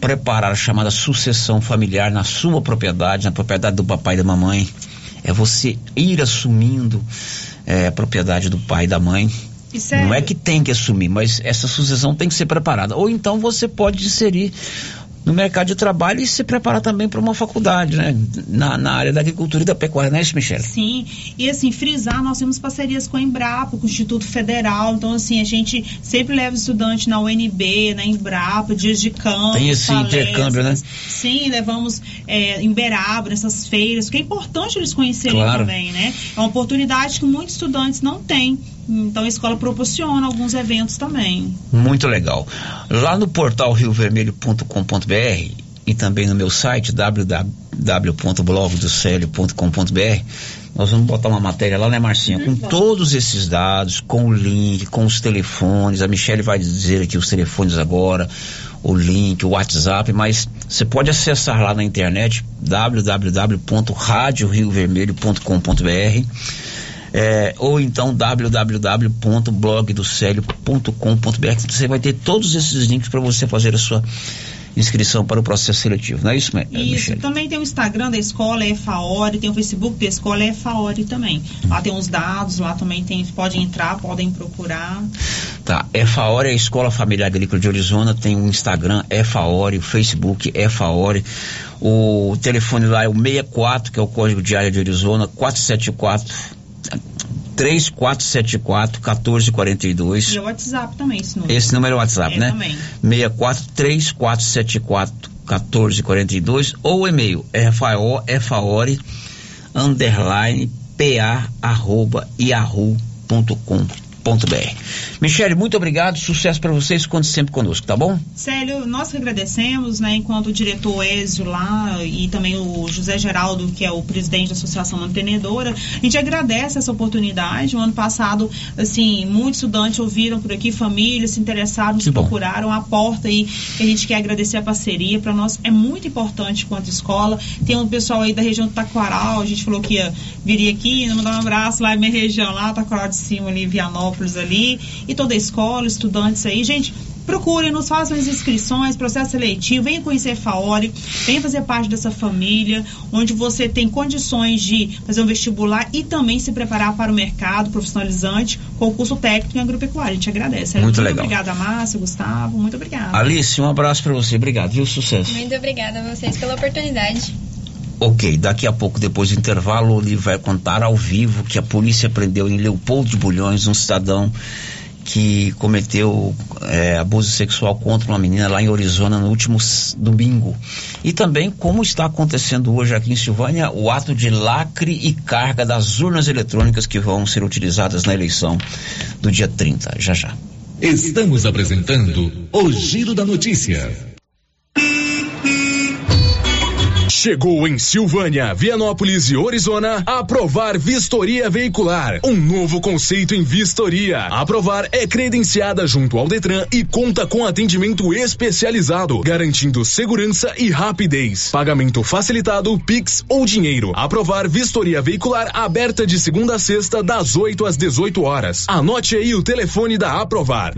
preparar a chamada sucessão familiar na sua propriedade, na propriedade do papai e da mamãe. É você ir assumindo a propriedade do pai e da mãe. Não é que tem que assumir, mas essa sucessão tem que ser preparada. Ou então você pode inserir no mercado de trabalho e se preparar também para uma faculdade, né? Na área da agricultura e da pecuária, não é isso, Michele? Sim, e assim, frisar, nós temos parcerias com a Embrapa, com o Instituto Federal, então assim, a gente sempre leva estudante na UNB, na Embrapa, dias de campo. Tem esse intercâmbio, né? Sim, levamos em Beraba, nessas feiras, porque é importante eles conhecerem também, né? É uma oportunidade que muitos estudantes não têm. Então a escola proporciona alguns eventos também. Muito legal. Lá no portal riovermelho.com.br e também no meu site www.blogdocelio.com.br nós vamos botar uma matéria lá, né, Marcinha? Com todos esses dados, com o link, com os telefones. A Michele vai dizer aqui os telefones agora, o link, o WhatsApp, mas você pode acessar lá na internet www.radioriovermelho.com.br ou então www.blogdocelio.com.br. Você vai ter todos esses links para você fazer a sua inscrição para o processo seletivo, não é isso, Michele? Isso, também tem o Instagram da escola, EFAORE, tem o Facebook da escola, EFAORE também. Lá tem os dados, lá também podem entrar, podem procurar. Tá, EFAORE é a Escola Familiar Agrícola de Orizona, tem o Instagram EFAORE, o Facebook EFAORE, o telefone lá é o 64, que é o código de área de Orizona, 3474-1442. E o WhatsApp também, esse número. Esse número é o WhatsApp, né? Também. 64-3474-1442 ou o e-mail efaore_pa@yahoo.com.br. Michele, muito obrigado, sucesso para vocês, conte sempre conosco, tá bom? Célio, nós que agradecemos, né, enquanto o diretor Ézio lá e também o José Geraldo, que é o presidente da Associação Mantenedora, a gente agradece essa oportunidade. O ano passado, assim, muitos estudantes ouviram por aqui, famílias se interessaram, se procuraram, a porta aí, que a gente quer agradecer a parceria, para nós é muito importante quanto escola. Tem um pessoal aí da região do Taquaral, a gente falou que viria aqui, mandar um abraço lá na minha região lá, Taquaral de Cima ali, Vianópolis ali, e toda a escola, estudantes aí, gente, procurem-nos, façam as inscrições, processo seletivo, venha conhecer a FAORE, venha fazer parte dessa família, onde você tem condições de fazer um vestibular e também se preparar para o mercado profissionalizante com o curso técnico em agropecuária. A gente agradece. Muito legal. Obrigada, Márcia, Gustavo, muito obrigada. Alice, um abraço para você, obrigado, viu? Sucesso. Muito obrigada a vocês pela oportunidade. Ok, daqui a pouco, depois do intervalo, ele vai contar ao vivo que a polícia prendeu em Leopoldo de Bulhões um cidadão que cometeu abuso sexual contra uma menina lá em Orizona no último domingo. E também como está acontecendo hoje aqui em Silvânia o ato de lacre e carga das urnas eletrônicas que vão ser utilizadas na eleição do dia 30, já já. Estamos apresentando o Giro da Notícia. Chegou em Silvânia, Vianópolis e Orizona a Aprovar Vistoria Veicular, um novo conceito em vistoria. A Aprovar é credenciada junto ao Detran e conta com atendimento especializado, garantindo segurança e rapidez. Pagamento facilitado, Pix ou dinheiro. A Aprovar Vistoria Veicular aberta de segunda a sexta das 8 às 18 horas. Anote aí o telefone da Aprovar: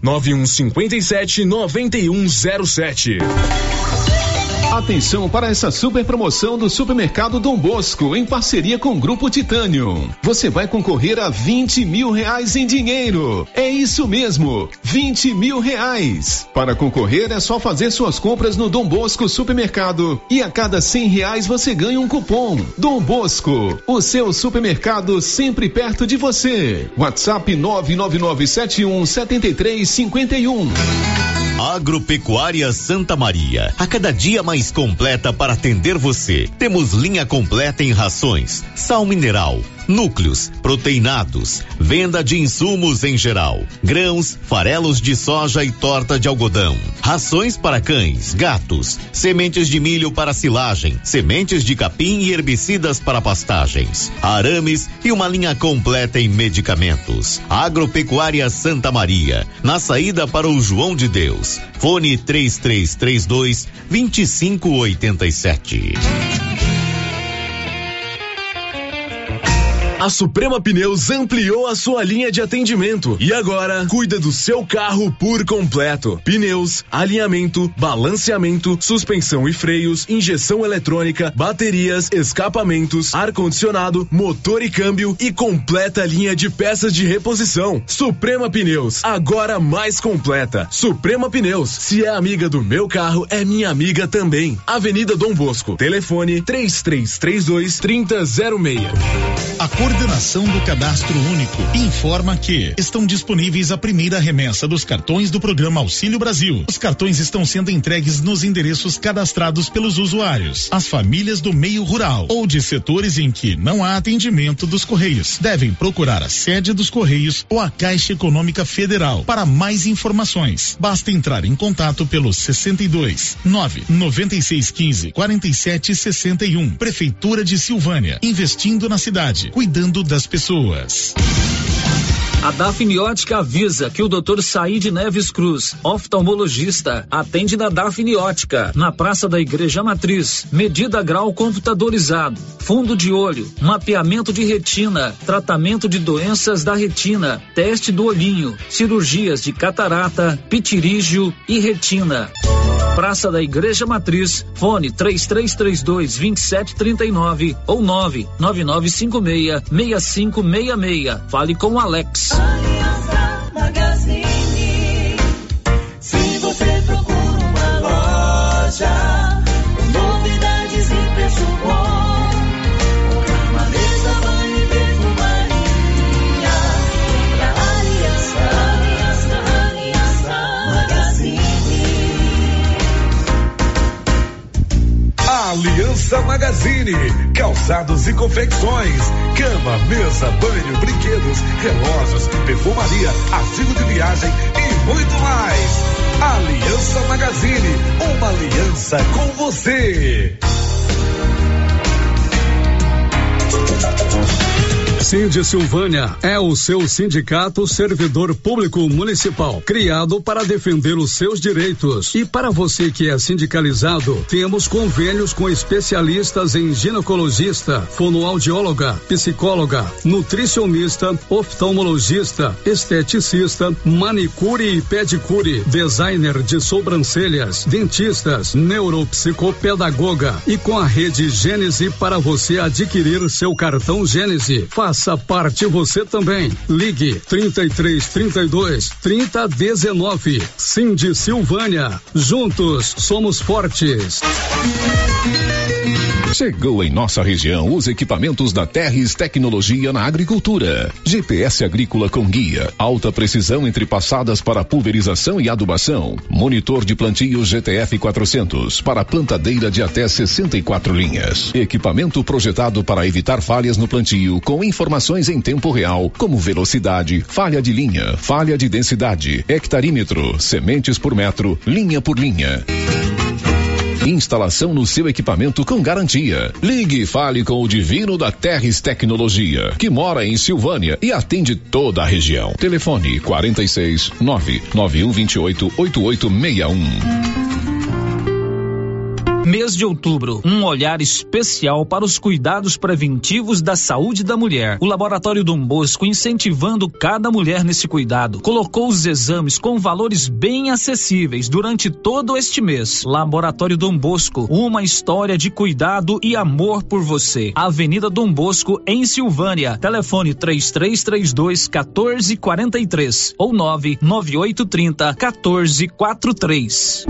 99157-9107. Atenção para essa super promoção do Supermercado Dom Bosco, em parceria com o Grupo Titânio. Você vai concorrer a R$20 mil em dinheiro. É isso mesmo, R$20 mil. Para concorrer é só fazer suas compras no Dom Bosco Supermercado e a cada R$100 você ganha um cupom. Dom Bosco, o seu supermercado sempre perto de você. WhatsApp 999717351. Agropecuária Santa Maria, a cada dia mais completa para atender você. Temos linha completa em rações, sal mineral, núcleos, proteinados, venda de insumos em geral, grãos, farelos de soja e torta de algodão, rações para cães, gatos, sementes de milho para silagem, sementes de capim e herbicidas para pastagens, arames e uma linha completa em medicamentos. Agropecuária Santa Maria, na saída para o João de Deus. Fone 3332-2587. A Suprema Pneus ampliou a sua linha de atendimento e agora cuida do seu carro por completo. Pneus, alinhamento, balanceamento, suspensão e freios, injeção eletrônica, baterias, escapamentos, ar-condicionado, motor e câmbio e completa linha de peças de reposição. Suprema Pneus, agora mais completa. Suprema Pneus, se é amiga do meu carro, é minha amiga também. Avenida Dom Bosco, telefone 3332-3006. A Coordenação do Cadastro Único informa que estão disponíveis a primeira remessa dos cartões do Programa Auxílio Brasil. Os cartões estão sendo entregues nos endereços cadastrados pelos usuários. As famílias do meio rural ou de setores em que não há atendimento dos Correios devem procurar a sede dos Correios ou a Caixa Econômica Federal. Para mais informações, basta entrar em contato pelo 62 99615 4761. Prefeitura de Silvânia, investindo na cidade, cuidando das pessoas. A Dafniótica avisa que o Dr. Saíde Neves Cruz, oftalmologista, atende na Dafniótica, na Praça da Igreja Matriz. Medida grau computadorizado, fundo de olho, mapeamento de retina, tratamento de doenças da retina, teste do olhinho, cirurgias de catarata, pitirígio e retina. Praça da Igreja Matriz, fone 3332-2739 ou 99956-6566. Fale com o Alex. Aliança Magazine. Se você procura uma loja com novidades e preço bom, cama, mesa, banho e perfumaria, pra Aliança Magazine. Aliança Magazine, calçados e confecções, cama, mesa, banho, brinquedos, relógios, perfumaria, artigo de viagem e muito mais. Aliança Magazine, uma aliança com você. Sindi Silvânia é o seu sindicato servidor público municipal, criado para defender os seus direitos. E para você que é sindicalizado, temos convênios com especialistas em ginecologista, fonoaudióloga, psicóloga, nutricionista, oftalmologista, esteticista, manicure e pedicure, designer de sobrancelhas, dentistas, neuropsicopedagoga e com a rede Gênese para você adquirir seu cartão Gênese. Faça parte você também. Ligue 3332-3019. Sindi Silvânia. Juntos somos fortes. Chegou em nossa região os equipamentos da Terres Tecnologia na Agricultura. GPS agrícola com guia, alta precisão entre passadas para pulverização e adubação. Monitor de plantio GTF 400 para plantadeira de até 64 linhas. Equipamento projetado para evitar falhas no plantio com informações em tempo real, como velocidade, falha de linha, falha de densidade, hectarímetro, sementes por metro, linha por linha. Instalação no seu equipamento com garantia. Ligue e fale com o Divino da Terres Tecnologia, que mora em Silvânia e atende toda a região. Telefone 46 99128 8861. Mês de outubro, um olhar especial para os cuidados preventivos da saúde da mulher. O Laboratório Dom Bosco, incentivando cada mulher nesse cuidado, colocou os exames com valores bem acessíveis durante todo este mês. Laboratório Dom Bosco, uma história de cuidado e amor por você. Avenida Dom Bosco, em Silvânia. Telefone 3332-1443 ou 99830-1443.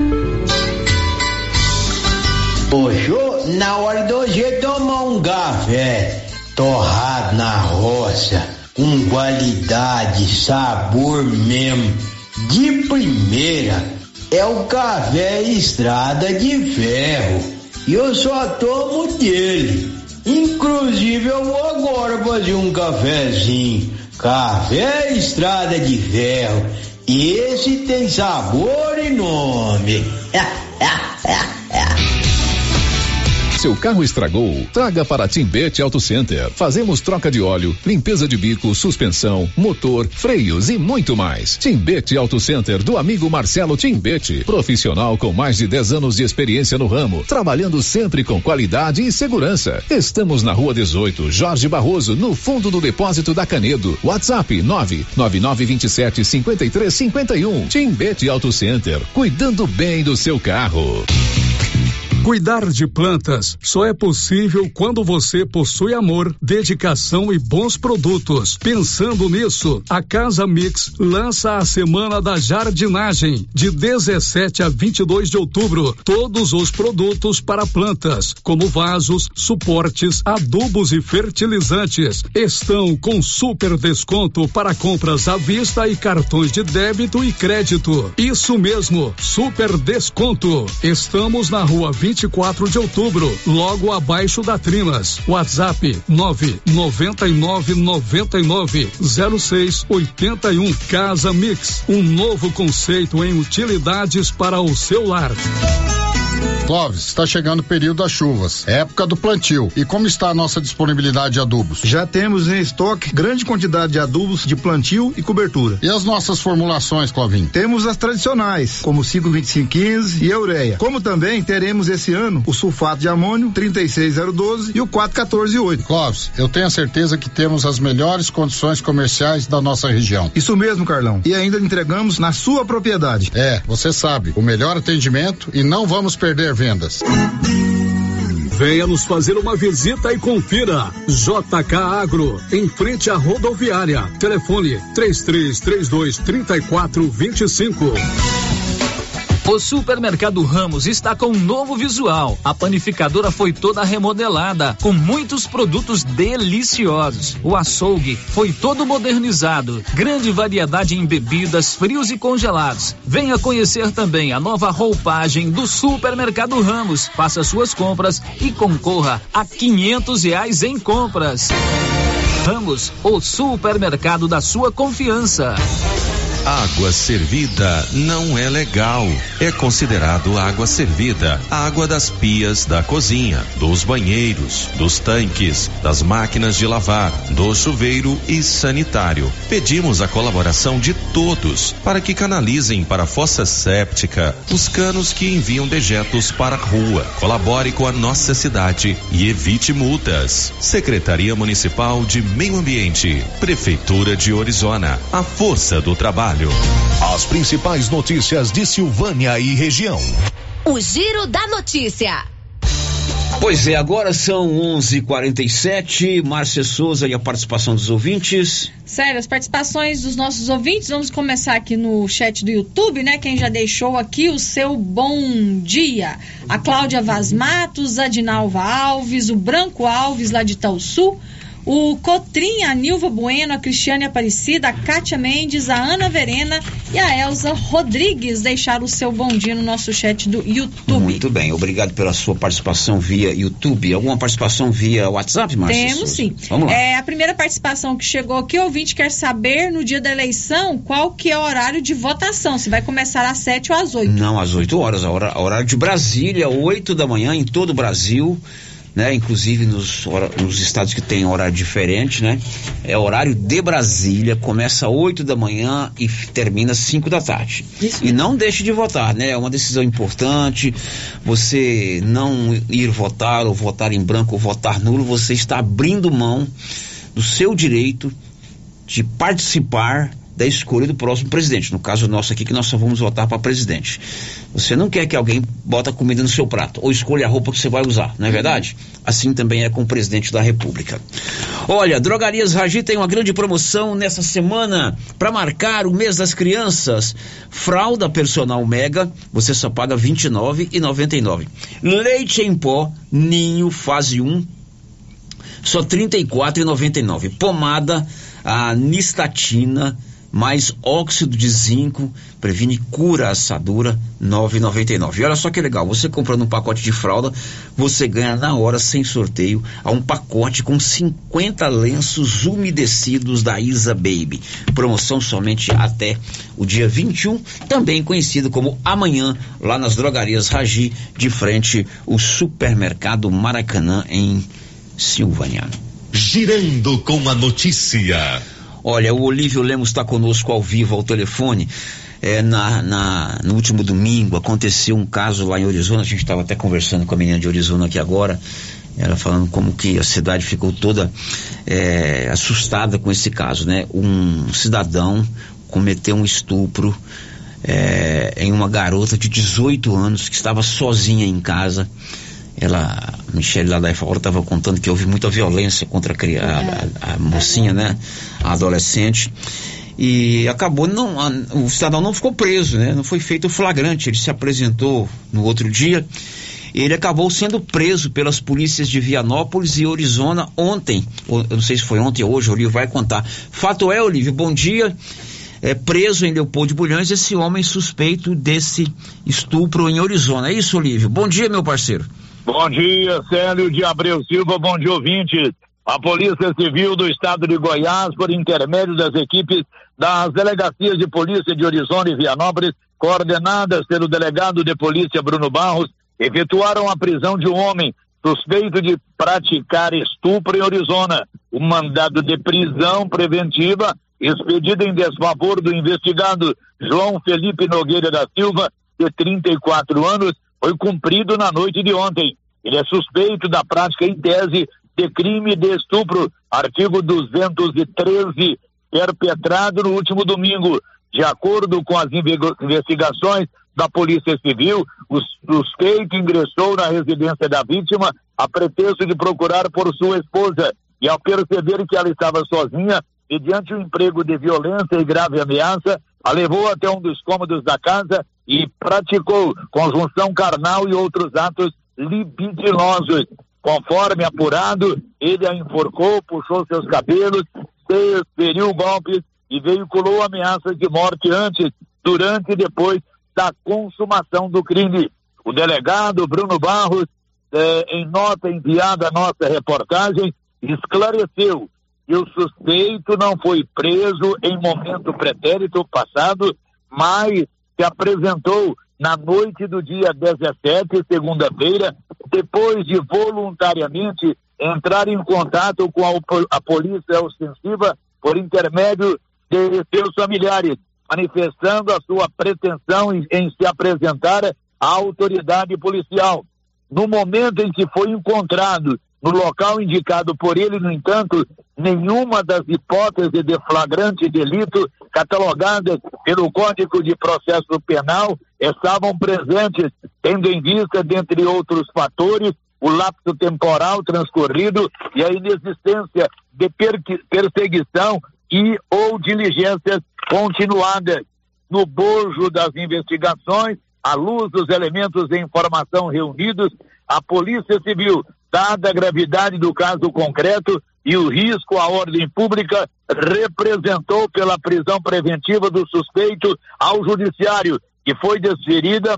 Hoje, na hora de hoje tomar um café torrado na roça, com qualidade, sabor mesmo, de primeira, é o café Estrada de Ferro. E eu só tomo dele. Inclusive eu vou agora fazer um cafezinho. Café Estrada de Ferro. Esse tem sabor e nome. Seu carro estragou? Traga para Timbete Auto Center. Fazemos troca de óleo, limpeza de bico, suspensão, motor, freios e muito mais. Timbete Auto Center do amigo Marcelo Timbete. Profissional com mais de 10 anos de experiência no ramo, trabalhando sempre com qualidade e segurança. Estamos na Rua 18, Jorge Barroso, no fundo do depósito da Canedo. WhatsApp 99927-5351. Timbete Auto Center, cuidando bem do seu carro. Cuidar de plantas só é possível quando você possui amor, dedicação e bons produtos. Pensando nisso, a Casa Mix lança a Semana da Jardinagem, de 17 a 22 de outubro. Todos os produtos para plantas, como vasos, suportes, adubos e fertilizantes, estão com super desconto para compras à vista e cartões de débito e crédito. Isso mesmo, super desconto. Estamos na Rua 24 de outubro, logo abaixo da Trimas. WhatsApp 999990681. Casa Mix, um novo conceito em utilidades para o seu lar. Clóvis, está chegando o período das chuvas, época do plantio. E como está a nossa disponibilidade de adubos? Já temos em estoque grande quantidade de adubos de plantio e cobertura. E as nossas formulações, Clovinho? Temos as tradicionais, como o 5,25,15 e a ureia. Como também teremos esse ano o sulfato de amônio 36012 e o 4,14,8. Clóvis, eu tenho a certeza que temos as melhores condições comerciais da nossa região. Isso mesmo, Carlão. E ainda entregamos na sua propriedade. É, você sabe, o melhor atendimento e não vamos perder vendas. Venha nos fazer uma visita e confira. JK Agro, em frente à rodoviária. Telefone 3332-3425. O Supermercado Ramos está com um novo visual. A panificadora foi toda remodelada, com muitos produtos deliciosos. O açougue foi todo modernizado. Grande variedade em bebidas, frios e congelados. Venha conhecer também a nova roupagem do Supermercado Ramos. Faça suas compras e concorra a R$500 em compras. Ramos, o supermercado da sua confiança. Água servida não é legal. É considerado água servida a água das pias da cozinha, dos banheiros, dos tanques, das máquinas de lavar, do chuveiro e sanitário. Pedimos a colaboração de todos para que canalizem para a fossa séptica os canos que enviam dejetos para a rua. Colabore com a nossa cidade e evite multas. Secretaria Municipal de Meio Ambiente, Prefeitura de Orizona, a força do trabalho. As principais notícias de Silvânia e região. O Giro da Notícia. Pois é, agora são 11h47. Márcia Souza e a participação dos ouvintes. Sério, as participações dos nossos ouvintes, vamos começar aqui no chat do YouTube, né? Quem já deixou aqui o seu bom dia. A Cláudia Vaz Matos, a Dinalva Alves, o Branco Alves lá de Itaúsu, o Cotrim, a Nilva Bueno, a Cristiane Aparecida, a Kátia Mendes, a Ana Verena e a Elza Rodrigues deixaram o seu bom dia no nosso chat do YouTube. Muito bem, obrigado pela sua participação via YouTube. Alguma participação via WhatsApp, Márcia? Temos sim. Vamos lá. A primeira participação que chegou aqui, o ouvinte quer saber no dia da eleição qual que é o horário de votação, se vai começar às 7 ou às 8. Não, às 8 horas, horário de Brasília, 8 da manhã em todo o Brasil, né? Inclusive nos estados que tem horário diferente, né? É horário de Brasília, começa às 8 da manhã e termina às 5 da tarde. Isso. E não deixe de votar, né? É uma decisão importante. Você não ir votar ou votar em branco ou votar nulo, você está abrindo mão do seu direito de participar da escolha do próximo presidente. No caso nosso aqui, que nós só vamos votar para presidente. Você não quer que alguém bota comida no seu prato ou escolha a roupa que você vai usar, não é verdade? Assim também é com o presidente da República. Olha, Drogarias Ragi tem uma grande promoção nessa semana para marcar o mês das crianças. Fralda Personal Mega, você só paga R$ 29,99. Leite em pó Ninho fase 1, só R$ 34,99. Pomada a Nistatina mais óxido de zinco, previne, cura assadura, R$ 9,99. E olha só que legal, você comprando um pacote de fralda, você ganha na hora, sem sorteio, um pacote com 50 lenços umedecidos da Isa Baby. Promoção somente até o dia 21, também conhecido como amanhã, lá nas drogarias Ragi, de frente ao supermercado Maracanã, em Silvânia. Girando com a notícia. Olha, o Olívio Lemos está conosco ao vivo, ao telefone. No último domingo aconteceu um caso lá em Orizona. A gente estava até conversando com a menina de Orizona aqui agora, ela falando como que a cidade ficou toda assustada com esse caso, né? Um cidadão cometeu um estupro em uma garota de 18 anos que estava sozinha em casa. A Michele lá da FAO estava contando que houve muita violência contra a mocinha, né? A adolescente. E acabou, o cidadão não ficou preso, né? Não foi feito o flagrante. Ele se apresentou no outro dia. Ele acabou sendo preso pelas polícias de Vianópolis e Orizona ontem. Eu não sei se foi ontem ou hoje, o Olívio vai contar. Fato é, Olívio, bom dia. Preso em Leopoldo de Bulhões esse homem suspeito desse estupro em Orizona. É isso, Olívio? Bom dia, meu parceiro. Bom dia, Célio de Abreu Silva, bom dia, ouvinte. A Polícia Civil do Estado de Goiás, por intermédio das equipes das delegacias de polícia de Orizona e Vianópolis, coordenadas pelo delegado de polícia Bruno Barros, efetuaram a prisão de um homem suspeito de praticar estupro em Orizona. O mandado de prisão preventiva, expedido em desfavor do investigado João Felipe Nogueira da Silva, de 34 anos, foi cumprido na noite de ontem. Ele é suspeito da prática em tese de crime de estupro, artigo 213, perpetrado no último domingo. De acordo com as investigações da Polícia Civil, o suspeito ingressou na residência da vítima a pretexto de procurar por sua esposa e, ao perceber que ela estava sozinha, mediante um emprego de violência e grave ameaça, a levou até um dos cômodos da casa e praticou conjunção carnal e outros atos libidinosos. Conforme apurado, ele a enforcou, puxou seus cabelos, feriu golpes e veiculou ameaças de morte antes, durante e depois da consumação do crime. O delegado Bruno Barros, em nota enviada à nossa reportagem, esclareceu que o suspeito não foi preso em momento pretérito passado, mas se apresentou na noite do dia 17, segunda-feira, depois de voluntariamente entrar em contato com a polícia ostensiva por intermédio de seus familiares, manifestando a sua pretensão em se apresentar à autoridade policial. No momento em que foi encontrado no local indicado por ele, no entanto, nenhuma das hipóteses de flagrante delito catalogadas pelo Código de Processo Penal estavam presentes, tendo em vista, dentre outros fatores, o lapso temporal transcorrido e a inexistência de perseguição e ou diligências continuadas. No bojo das investigações, à luz dos elementos de informação reunidos, a Polícia Civil, dada a gravidade do caso concreto e o risco à ordem pública, representou pela prisão preventiva do suspeito ao judiciário, que foi deferida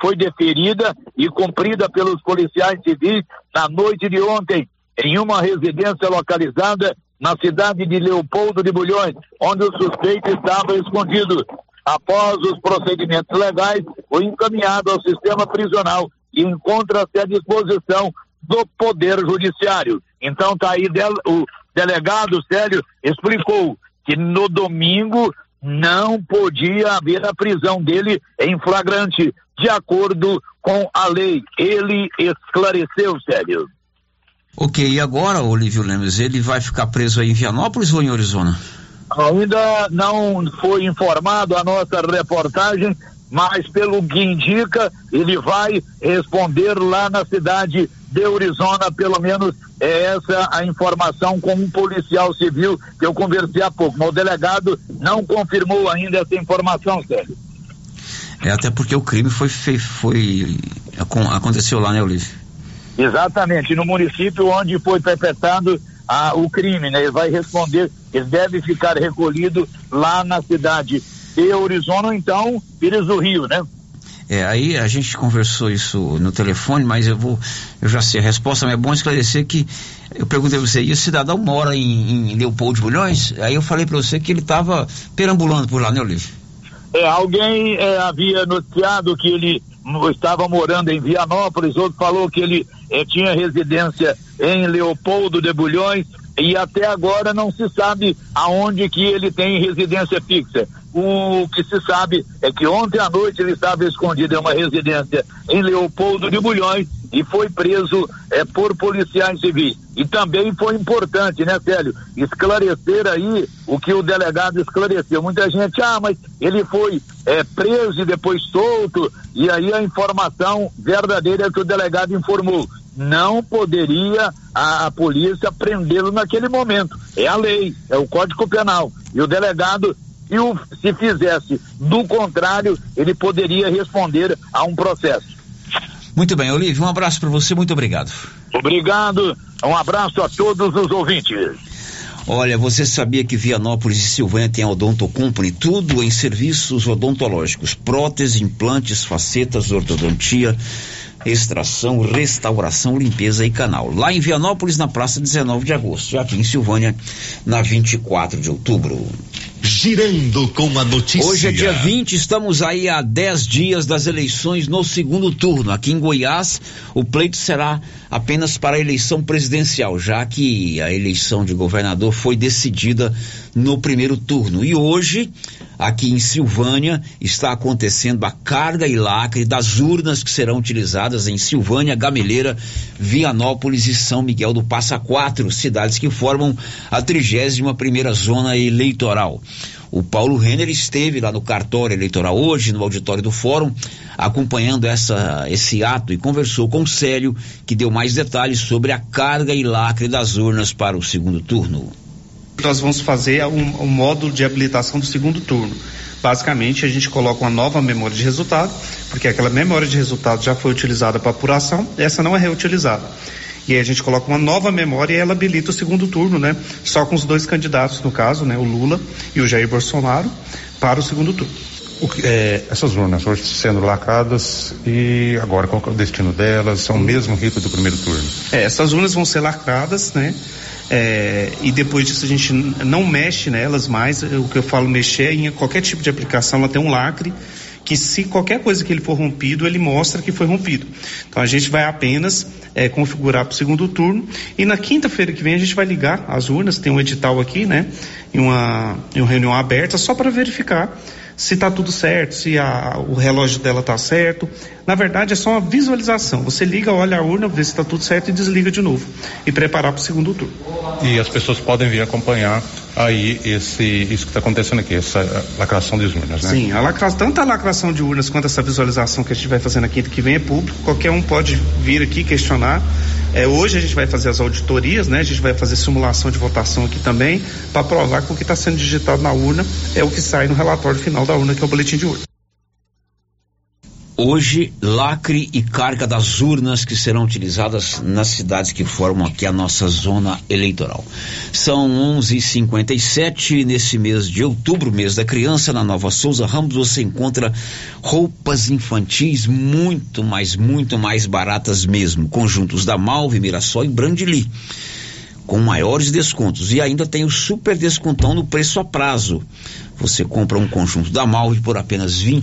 e cumprida pelos policiais civis na noite de ontem, em uma residência localizada na cidade de Leopoldo de Bulhões, onde o suspeito estava escondido. Após os procedimentos legais, foi encaminhado ao sistema prisional e encontra-se à disposição do Poder Judiciário. Então tá aí, o delegado Célio explicou que no domingo não podia haver a prisão dele em flagrante, de acordo com a lei. Ele esclareceu, Célio. Ok, e agora, Olívio Lemos, ele vai ficar preso aí em Vianópolis ou em Orizona? Ainda não foi informado a nossa reportagem, mas pelo que indica, ele vai responder lá na cidade de Orizona, pelo menos é essa a informação com um policial civil que eu conversei há pouco, mas o delegado não confirmou ainda essa informação, Sérgio. Até porque o crime aconteceu lá, né, Olívio? Exatamente, no município onde foi perpetrado o crime, né? Ele vai responder ele deve ficar recolhido lá na cidade de Orizona, ou então Pires do Rio, né? Aí a gente conversou isso no telefone, mas eu já sei a resposta, mas é bom esclarecer que eu perguntei pra você, e o cidadão mora em Leopoldo de Bulhões? Aí eu falei pra você que ele estava perambulando por lá, né, Olívio? Alguém havia noticiado que ele estava morando em Vianópolis, outro falou que ele tinha residência em Leopoldo de Bulhões, e até agora não se sabe aonde que ele tem residência fixa. O que se sabe é que ontem à noite ele estava escondido em uma residência em Leopoldo de Bulhões e foi preso por policiais civis. E também foi importante, né, Célio, esclarecer aí o que o delegado esclareceu. Muita gente, mas ele foi preso e depois solto, e aí a informação verdadeira é que o delegado informou. Não poderia a polícia prendê-lo naquele momento. É a lei, é o Código Penal. E o delegado, se fizesse do contrário, ele poderia responder a um processo. Muito bem, Olívio, um abraço para você, muito obrigado. Obrigado, um abraço a todos os ouvintes. Olha, você sabia que Vianópolis e Silvânia tem a Odonto Company, tudo em serviços odontológicos, prótese, implantes, facetas, ortodontia, extração, restauração, limpeza e canal. Lá em Vianópolis, na praça 19 de agosto, e aqui em Silvânia, na 24 de outubro. Girando com a notícia. Hoje é dia 20, estamos aí há 10 dias das eleições no segundo turno. Aqui em Goiás, o pleito será apenas para a eleição presidencial, já que a eleição de governador foi decidida no primeiro turno. E hoje, aqui em Silvânia, está acontecendo a carga e lacre das urnas que serão utilizadas em Silvânia, Gameleira, Vianópolis e São Miguel do Passa Quatro, cidades que formam a 31ª zona eleitoral. O Paulo Renner esteve lá no cartório eleitoral hoje, no auditório do Fórum, acompanhando esse ato e conversou com o Célio, que deu mais detalhes sobre a carga e lacre das urnas para o segundo turno. Nós vamos fazer um módulo de habilitação do segundo turno. Basicamente, a gente coloca uma nova memória de resultado, porque aquela memória de resultado já foi utilizada para apuração, essa não é reutilizada. E aí a gente coloca uma nova memória e ela habilita o segundo turno, né? Só com os dois candidatos, no caso, né? O Lula e o Jair Bolsonaro, para o segundo turno. Essas urnas hoje sendo lacradas, e agora qual é o destino delas? São o mesmo rito do primeiro turno? Essas urnas vão ser lacradas, né? E depois disso a gente não mexe nelas mais. O que eu falo mexer em qualquer tipo de aplicação, ela tem um lacre que, se qualquer coisa que ele for rompido, ele mostra que foi rompido. Então a gente vai apenas configurar para o segundo turno, e na quinta-feira que vem a gente vai ligar as urnas, tem um edital aqui, né, em uma reunião aberta, só para verificar se está tudo certo, se o relógio dela está certo. Na verdade é só uma visualização, você liga, olha a urna, vê se está tudo certo e desliga de novo, e preparar para o segundo turno. E as pessoas podem vir acompanhar aí isso que está acontecendo aqui, essa lacração de urnas, né? Sim, tanto a lacração de urnas quanto essa visualização que a gente vai fazer na quinta que vem é público, qualquer um pode vir aqui questionar. Hoje a gente vai fazer as auditorias, né? A gente vai fazer simulação de votação aqui também, para provar que o que está sendo digitado na urna é o que sai no relatório final da urna, que é o boletim de urna. Hoje, lacre e carga das urnas que serão utilizadas nas cidades que formam aqui a nossa zona eleitoral. São 11h57, nesse mês de outubro, mês da criança, na Nova Souza Ramos, você encontra roupas infantis muito mais baratas mesmo. Conjuntos da Malve, Mirassol e Brandili, com maiores descontos. E ainda tem o super descontão no preço a prazo. Você compra um conjunto da Malve por apenas R$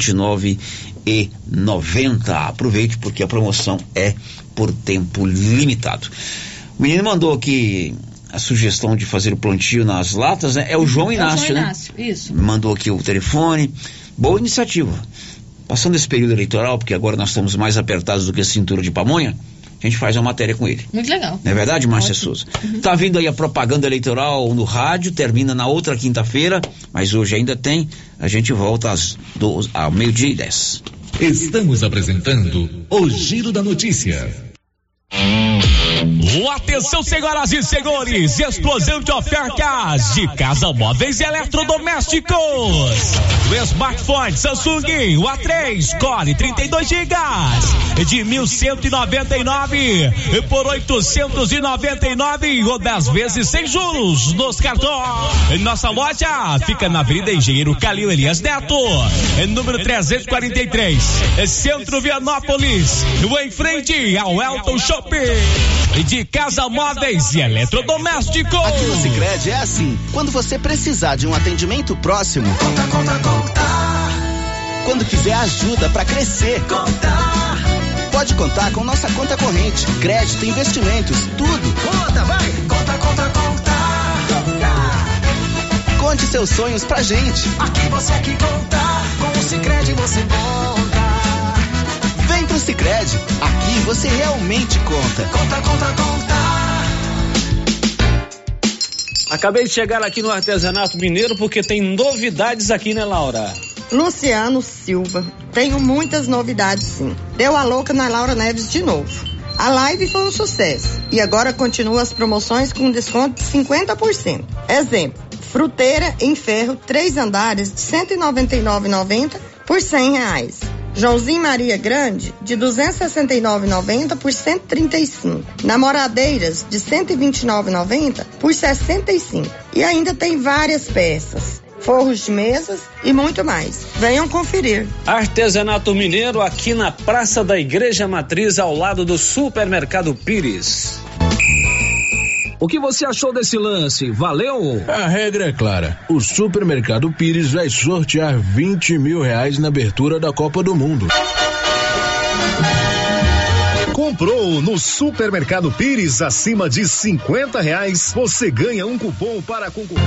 29,90. Aproveite, porque a promoção é por tempo limitado. O menino mandou aqui a sugestão de fazer o plantio nas latas, né? É o João Inácio, né? Isso. Mandou aqui o telefone. Boa iniciativa. Passando esse período eleitoral, porque agora nós estamos mais apertados do que a cintura de pamonha, a gente faz uma matéria com ele. Muito legal. Não é verdade, Márcia Souza? Tá vindo aí a propaganda eleitoral no rádio, termina na outra quinta-feira, mas hoje ainda tem. A gente volta ao 12:10. Estamos apresentando o Giro da Notícia. Atenção, senhoras e senhores, explosão de ofertas de Casa Móveis e Eletrodomésticos. O smartphone Samsung, o A3 Core 32 GB de 1.199 por 899 ou 10 vezes sem juros nos cartões. Nossa loja fica na Avenida Engenheiro Calil Elias Neto, número 343, Centro Vianópolis, em frente ao Elton Shopping. De Casa Móveis e Eletrodomésticos. Aqui no Sicredi é assim, quando você precisar de um atendimento próximo, quando quiser ajuda para crescer, pode contar com nossa conta corrente, crédito, investimentos, tudo. Conta, vai! Conta. Conte seus sonhos pra gente. Aqui você que conta, com o Sicredi você conta. Vem pro Sicredi, aqui você realmente conta. Conta. Acabei de chegar aqui no Artesanato Mineiro porque tem novidades aqui, né, Laura? Luciano Silva, tenho muitas novidades sim. Deu a louca na Laura Neves de novo. A live foi um sucesso e agora continua as promoções com desconto de 50%. Exemplo, fruteira em ferro 3 andares de R$ 199,90 por R$100. Joãozinho Maria Grande, de R$ 269,90 por R$ 135. Namoradeiras, de R$ 129,90 por R$ 65. E ainda tem várias peças, forros de mesas e muito mais. Venham conferir. Artesanato Mineiro, aqui na Praça da Igreja Matriz, ao lado do Supermercado Pires. O que você achou desse lance? Valeu? A regra é clara. O Supermercado Pires vai sortear R$20 mil na abertura da Copa do Mundo. Comprou no Supermercado Pires acima de R$50, você ganha um cupom para concorrer.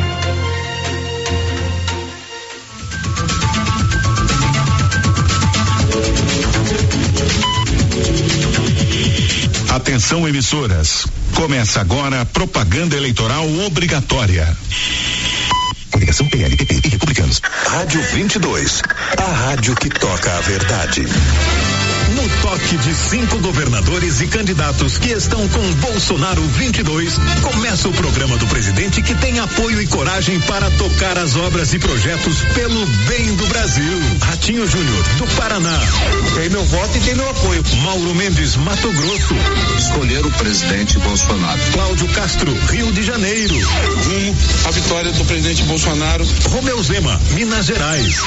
Atenção, emissoras. Começa agora a propaganda eleitoral obrigatória. Coligação PLPP e Republicanos. Rádio 22. A rádio que toca a verdade. No toque de 5 governadores e candidatos que estão com Bolsonaro 22, começa o programa do presidente que tem apoio e coragem para tocar as obras e projetos pelo bem do Brasil. Ratinho Júnior, do Paraná. Tem meu voto e tem meu apoio. Mauro Mendes, Mato Grosso. Escolher o presidente Bolsonaro. Cláudio Castro, Rio de Janeiro. Rumo à vitória do presidente Bolsonaro. Romeu Zema, Minas Gerais.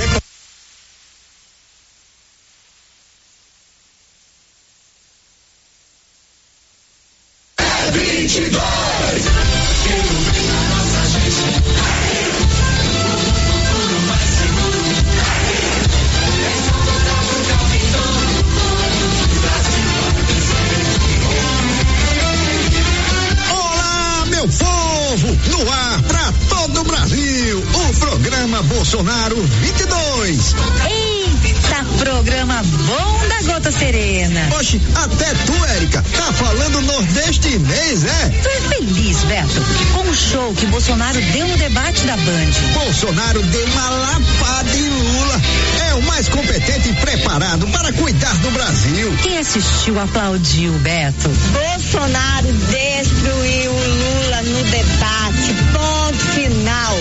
Olá, meu povo, no ar pra todo o Brasil, o programa Bolsonaro 22. Eita, programa bom da Gota Serena. Oxe, até tu, Érica, tá falando nordestinês, é? Tu é feliz, Beto, com o show que Bolsonaro deu no debate da Band. Bolsonaro deu uma lapada em Lula. É o mais competente e preparado para cuidar do Brasil. Quem assistiu aplaudiu, Beto. Bolsonaro destruiu o Lula no debate. Ponto final.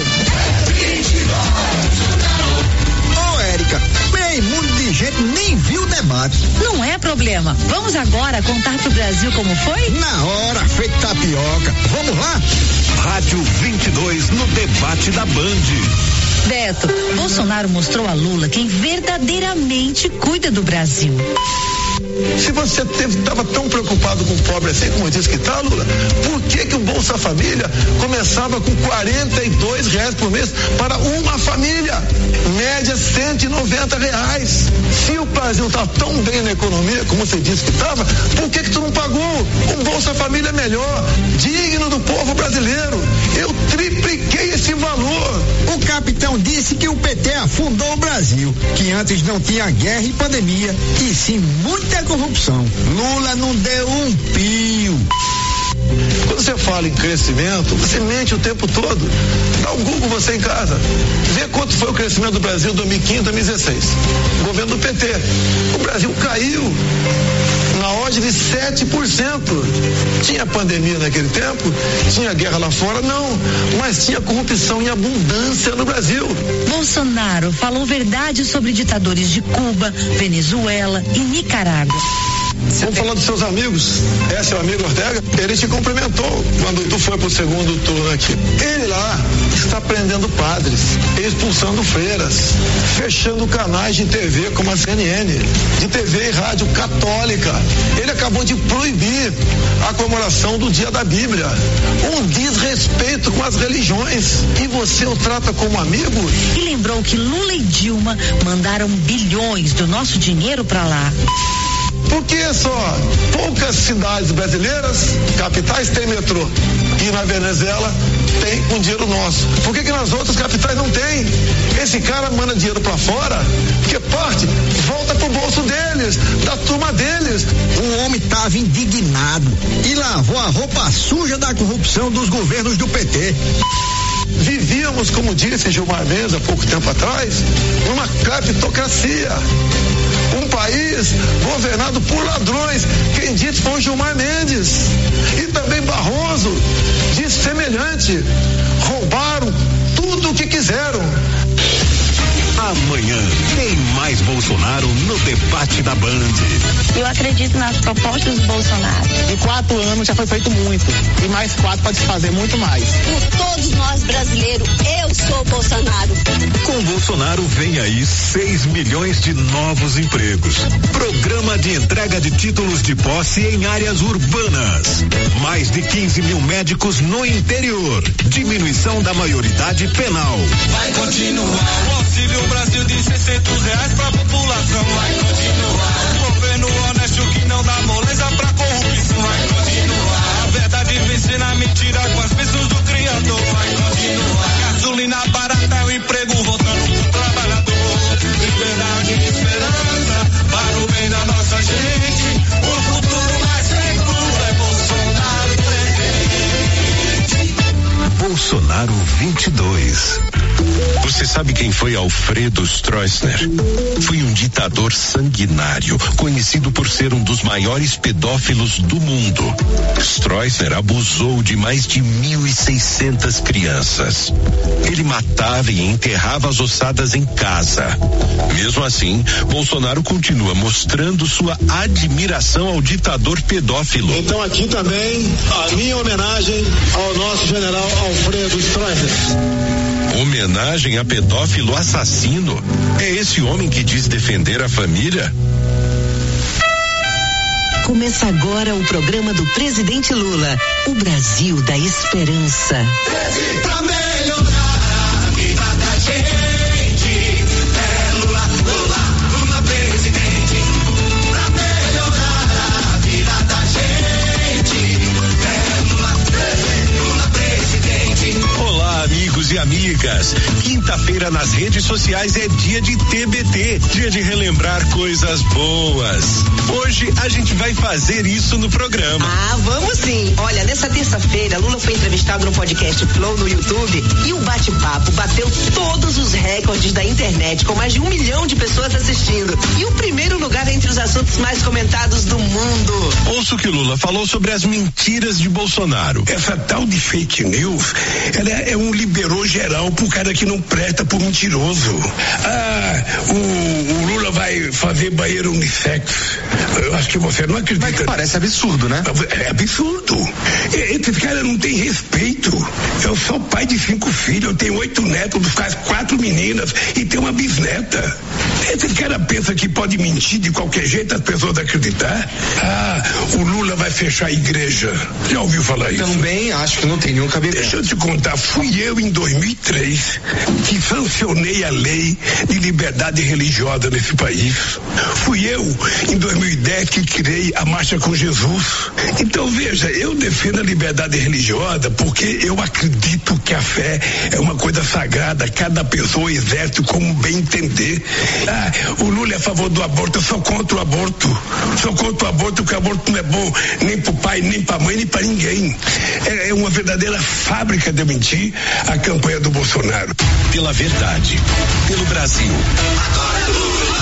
Ô, Érica, meio mundo de gente nem viu o debate. Não é problema. Vamos agora contar pro Brasil como foi? Na hora, feito tapioca. Vamos lá? Rádio 22 no debate da Band. Beto, Bolsonaro mostrou a Lula quem verdadeiramente cuida do Brasil. Se você estava tão preocupado com o pobre assim como disse que tá, Lula, por que o Bolsa Família começava com R$42 por mês para uma família? Média R$190. Se o Brasil tá tão bem na economia como você disse que estava, por que tu não pagou um Bolsa Família melhor, digno do povo brasileiro? Eu tripliquei esse valor. O capitão disse que o PT afundou o Brasil, que antes não tinha guerra e pandemia, e sim muita corrupção. Lula não deu um pio. Quando você fala em crescimento, você mente o tempo todo. Dá um Google você em casa. Vê quanto foi o crescimento do Brasil em 2015, 2016. Governo do PT. O Brasil caiu. Na hora recorde de 7%. Tinha pandemia naquele tempo? Tinha guerra lá fora? Não. Mas tinha corrupção em abundância no Brasil. Bolsonaro falou verdade sobre ditadores de Cuba, Venezuela e Nicarágua. Vamos falar dos seus amigos. É seu amigo Ortega? Ele te cumprimentou quando tu foi pro segundo turno aqui. Ele lá está prendendo padres, expulsando freiras, fechando canais de TV como a CNN, de TV e rádio católica. Ele acabou de proibir a comemoração do Dia da Bíblia. Um desrespeito com as religiões. E você o trata como amigo? E lembrou que Lula e Dilma mandaram bilhões do nosso dinheiro para lá. Por que só poucas cidades brasileiras, capitais, têm metrô? E na Venezuela tem com dinheiro nosso. Por que nas outras capitais não tem? Esse cara manda dinheiro pra fora, porque parte volta pro bolso deles, da turma deles. O homem tava indignado e lavou a roupa suja da corrupção dos governos do PT. Vivíamos, como disse Gilmar Mendes há pouco tempo atrás, numa cleptocracia. Um país governado por ladrões. Quem disse foi o Gilmar Mendes. E também Barroso disse semelhante. Roubaram tudo o que quiseram. Amanhã tem mais Bolsonaro no debate da Band. Eu acredito nas propostas do Bolsonaro. Em 4 anos já foi feito muito. E mais 4 pode se fazer muito mais. Por todos nós brasileiros, eu sou Bolsonaro. Com Bolsonaro vem aí 6 milhões de novos empregos. Programa de entrega de títulos de posse em áreas urbanas. Mais de 15 mil médicos no interior. Diminuição da maioridade penal. Vai continuar o Auxílio Brasil de R$600 pra população. Vai continuar. Um governo honesto que não dá moleza pra corrupção. Vai continuar. A verdade vence na mentira com as bênçãos do Criador. Vai continuar. Gasolina barata, o emprego voltando pro trabalhador. Liberdade e esperança para o bem da nossa gente. O futuro mais seguro é Bolsonaro presidente. Bolsonaro 22. Você sabe quem foi Alfredo Stroessner? Foi um ditador sanguinário, conhecido por ser um dos maiores pedófilos do mundo. Stroessner abusou de mais de 1.600 crianças. Ele matava e enterrava as ossadas em casa. Mesmo assim, Bolsonaro continua mostrando sua admiração ao ditador pedófilo. Então aqui também a minha homenagem ao nosso general Alfredo Stroessner. Homenagem a pedófilo assassino? É esse homem que diz defender a família? Começa agora o programa do presidente Lula, o Brasil da Esperança. Pra melhorar a vida da gente, é Lula, Lula, Lula presidente. Pra melhorar a vida da gente, é Lula, Lula presidente. Olá, amigos e amigas. Quinta-feira nas redes sociais é dia de TBT, dia de relembrar coisas boas. Hoje a gente vai fazer isso no programa. Ah, vamos sim. Olha, nessa terça-feira, Lula foi entrevistado no podcast Flow no YouTube e o bate-papo bateu todos os recordes da internet, com mais de 1 milhão de pessoas assistindo. E o primeiro lugar entre os assuntos mais comentados do mundo. Ouça o que Lula falou sobre as mentiras de Bolsonaro. Essa tal de fake news, ela é um liberou geral pro cara que não presta, pro mentiroso. O Lula vai fazer banheiro unissex. Eu acho que você não acredita. Mas que parece absurdo, né? É absurdo. Esse cara não tem respeito. Eu sou pai de 5 filhos, eu tenho 8 netos, 4 meninas e tenho uma bisneta. Esse cara pensa que pode mentir de qualquer jeito as pessoas acreditar? O Lula vai fechar a igreja. Já ouviu falar isso? Também acho que não tem nenhum cabimento. Deixa eu te contar, fui eu em 2003 que sancionei a lei de liberdade religiosa nesse país. Fui eu em 2010 que criei a Marcha com Jesus. Então veja, eu defendo a liberdade religiosa porque eu acredito que a fé é uma coisa sagrada, cada pessoa exerce como bem entender. O Lula é a favor do aborto, eu sou contra o aborto. Sou contra o aborto porque o aborto não é bom nem pro pai, nem pra mãe, nem pra ninguém. É uma verdadeira fábrica de mentir a campanha do Bolsonaro. Pela verdade, pelo Brasil. Agora é Lula. O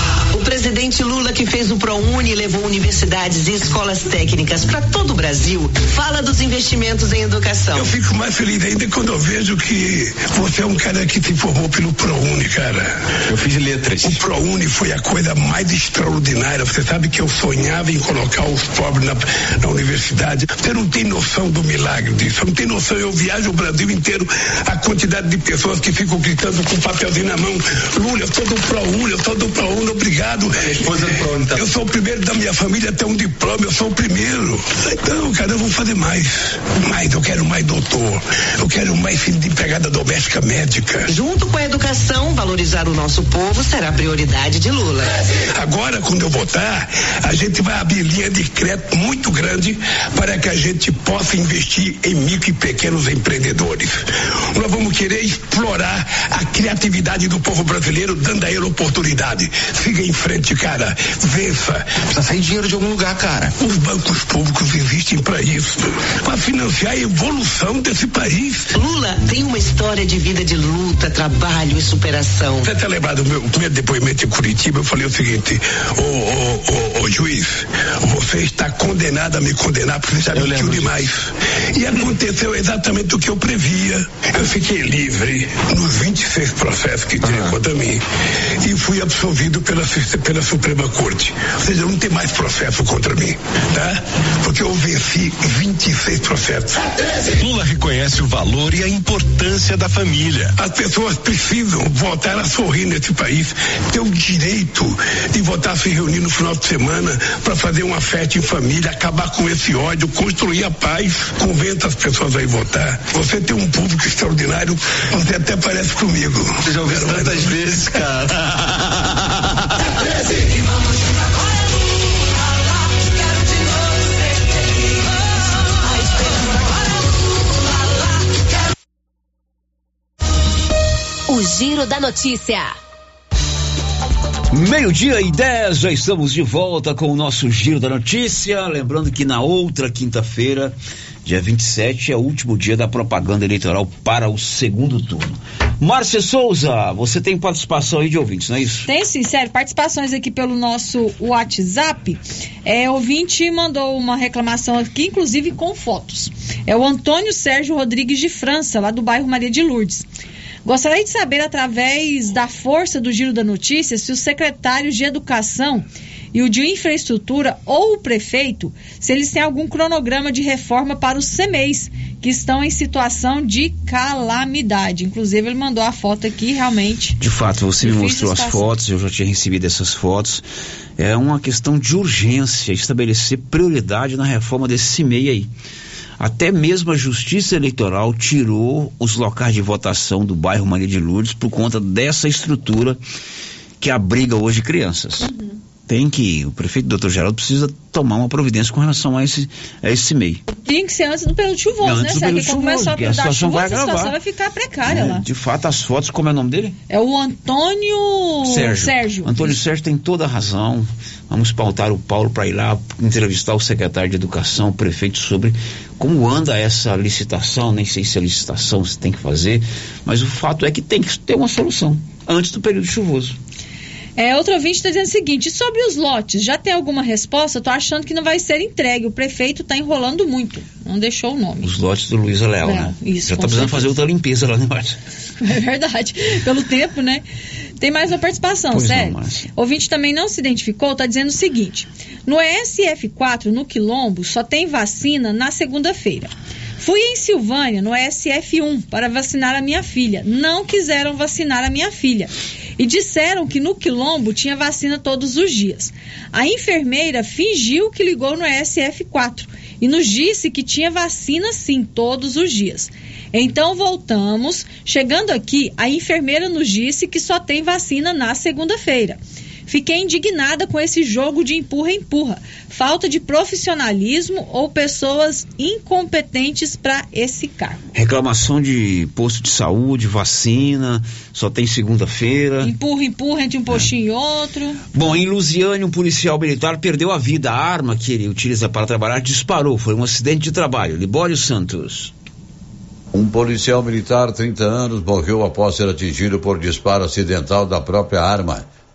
presidente Lula, que fez o ProUni e levou universidades e escolas técnicas para todo o Brasil, fala dos investimentos em educação. Eu fico mais feliz ainda quando eu vejo que você é um cara que se formou pelo ProUni, cara. Eu fiz letras. O ProUni foi a coisa mais extraordinária. Você sabe que eu sonhava em colocar os pobres na universidade. Você não tem noção do milagre disso. Você não tem noção. Eu viajo o Brasil inteiro, a quantidade de pessoas que ficam gritando com um papelzinho na mão. Lula, eu sou do ProUni, obrigado. Eu sou o primeiro da minha família a ter um diploma, eu sou o primeiro. Então, cara, eu vou fazer mais, eu quero mais doutor, eu quero mais filho de empregada doméstica médica. Junto com a educação, valorizar o nosso povo será prioridade de Lula. Agora, quando eu votar, a gente vai abrir linha de crédito muito grande para que a gente possa investir em micro e pequenos empreendedores. Nós vamos querer explorar a criatividade do povo brasileiro, dando a ele oportunidade. Siga em frente, cara. Vença. Precisa sair dinheiro de algum lugar, cara. Os bancos públicos existem para isso, para financiar a evolução desse país. Lula tem uma história de vida de luta, trabalho e superação. Você tá lembrado do meu primeiro depoimento em Curitiba? Eu falei o seguinte: ô juiz, você está condenado a me condenar porque você já mentiu demais. E aconteceu exatamente o que eu previa. Eu fiquei livre nos 26 processos que tinha contra mim e fui absolvido pela Suprema Corte. Ou seja, não tem mais processo contra mim, tá? Porque eu venci 26 processos. Lula reconhece o valor e a importância da família. As pessoas precisam voltar a sorrir nesse país, ter o direito de voltar a se reunir no final de semana para fazer uma festa em família, acabar com esse ódio, construir a paz. Convença as pessoas a ir votar. Você tem um público extraordinário, você até parece comigo. Você já ouviu tantas vezes, cara. O Giro da Notícia. 12:10, já estamos de volta com o nosso Giro da Notícia. Lembrando que na outra quinta-feira, dia 27, é o último dia da propaganda eleitoral para o segundo turno. Márcia Souza, você tem participação aí de ouvintes, não é isso? Tem sim, sério, participações aqui pelo nosso WhatsApp. Ouvinte mandou uma reclamação aqui, inclusive com fotos. É o Antônio Sérgio Rodrigues de França, lá do bairro Maria de Lourdes. Gostaria de saber, através da força do Giro da Notícia, se os secretários de Educação e o de Infraestrutura ou o prefeito, se eles têm algum cronograma de reforma para os CMEIs, que estão em situação de calamidade. Inclusive, ele mandou a foto aqui, realmente. De fato, você me mostrou as fotos, eu já tinha recebido essas fotos. É uma questão de urgência, estabelecer prioridade na reforma desse CMEI aí. Até mesmo a Justiça Eleitoral tirou os locais de votação do bairro Maria de Lourdes por conta dessa estrutura que abriga hoje crianças. O prefeito Dr. Geraldo precisa tomar uma providência com relação a esse MEI. Tem que ser antes do período chuvoso, né? Porque quando começar o período da chuva, a situação vai ficar precária lá. De fato, as fotos, como é o nome dele? É o Antônio Sérgio. Antônio Sérgio tem toda a razão. Vamos pautar o Paulo para ir lá entrevistar o secretário de Educação, o prefeito, sobre como anda essa licitação. Nem sei se é licitação, se tem que fazer, mas o fato é que tem que ter uma solução antes do período chuvoso. Outro ouvinte está dizendo o seguinte: sobre os lotes, já tem alguma resposta? Estou achando que não vai ser entregue. O prefeito está enrolando muito. Não deixou o nome. Os lotes do Luísa Leal, né? Isso, já está precisando fazer outra limpeza lá, né, Márcia? É verdade. Pelo tempo, né? Tem mais uma participação, sério. O ouvinte também não se identificou, está dizendo o seguinte: no ESF4, no Quilombo, só tem vacina na segunda-feira. Fui em Silvânia, no ESF1, para vacinar a minha filha. Não quiseram vacinar a minha filha. E disseram que no Quilombo tinha vacina todos os dias. A enfermeira fingiu que ligou no ESF4 e nos disse que tinha vacina sim, todos os dias. Então voltamos. Chegando aqui, a enfermeira nos disse que só tem vacina na segunda-feira. Fiquei indignada com esse jogo de empurra-empurra. Falta de profissionalismo ou pessoas incompetentes para esse cargo. Reclamação de posto de saúde, vacina, só tem segunda-feira. Empurra entre um postinho e outro. Bom, em Lusiânia, um policial militar perdeu a vida. A arma que ele utiliza para trabalhar disparou. Foi um acidente de trabalho. Libório Santos. Um policial militar, 30 anos, morreu após ser atingido por disparo acidental da própria arma.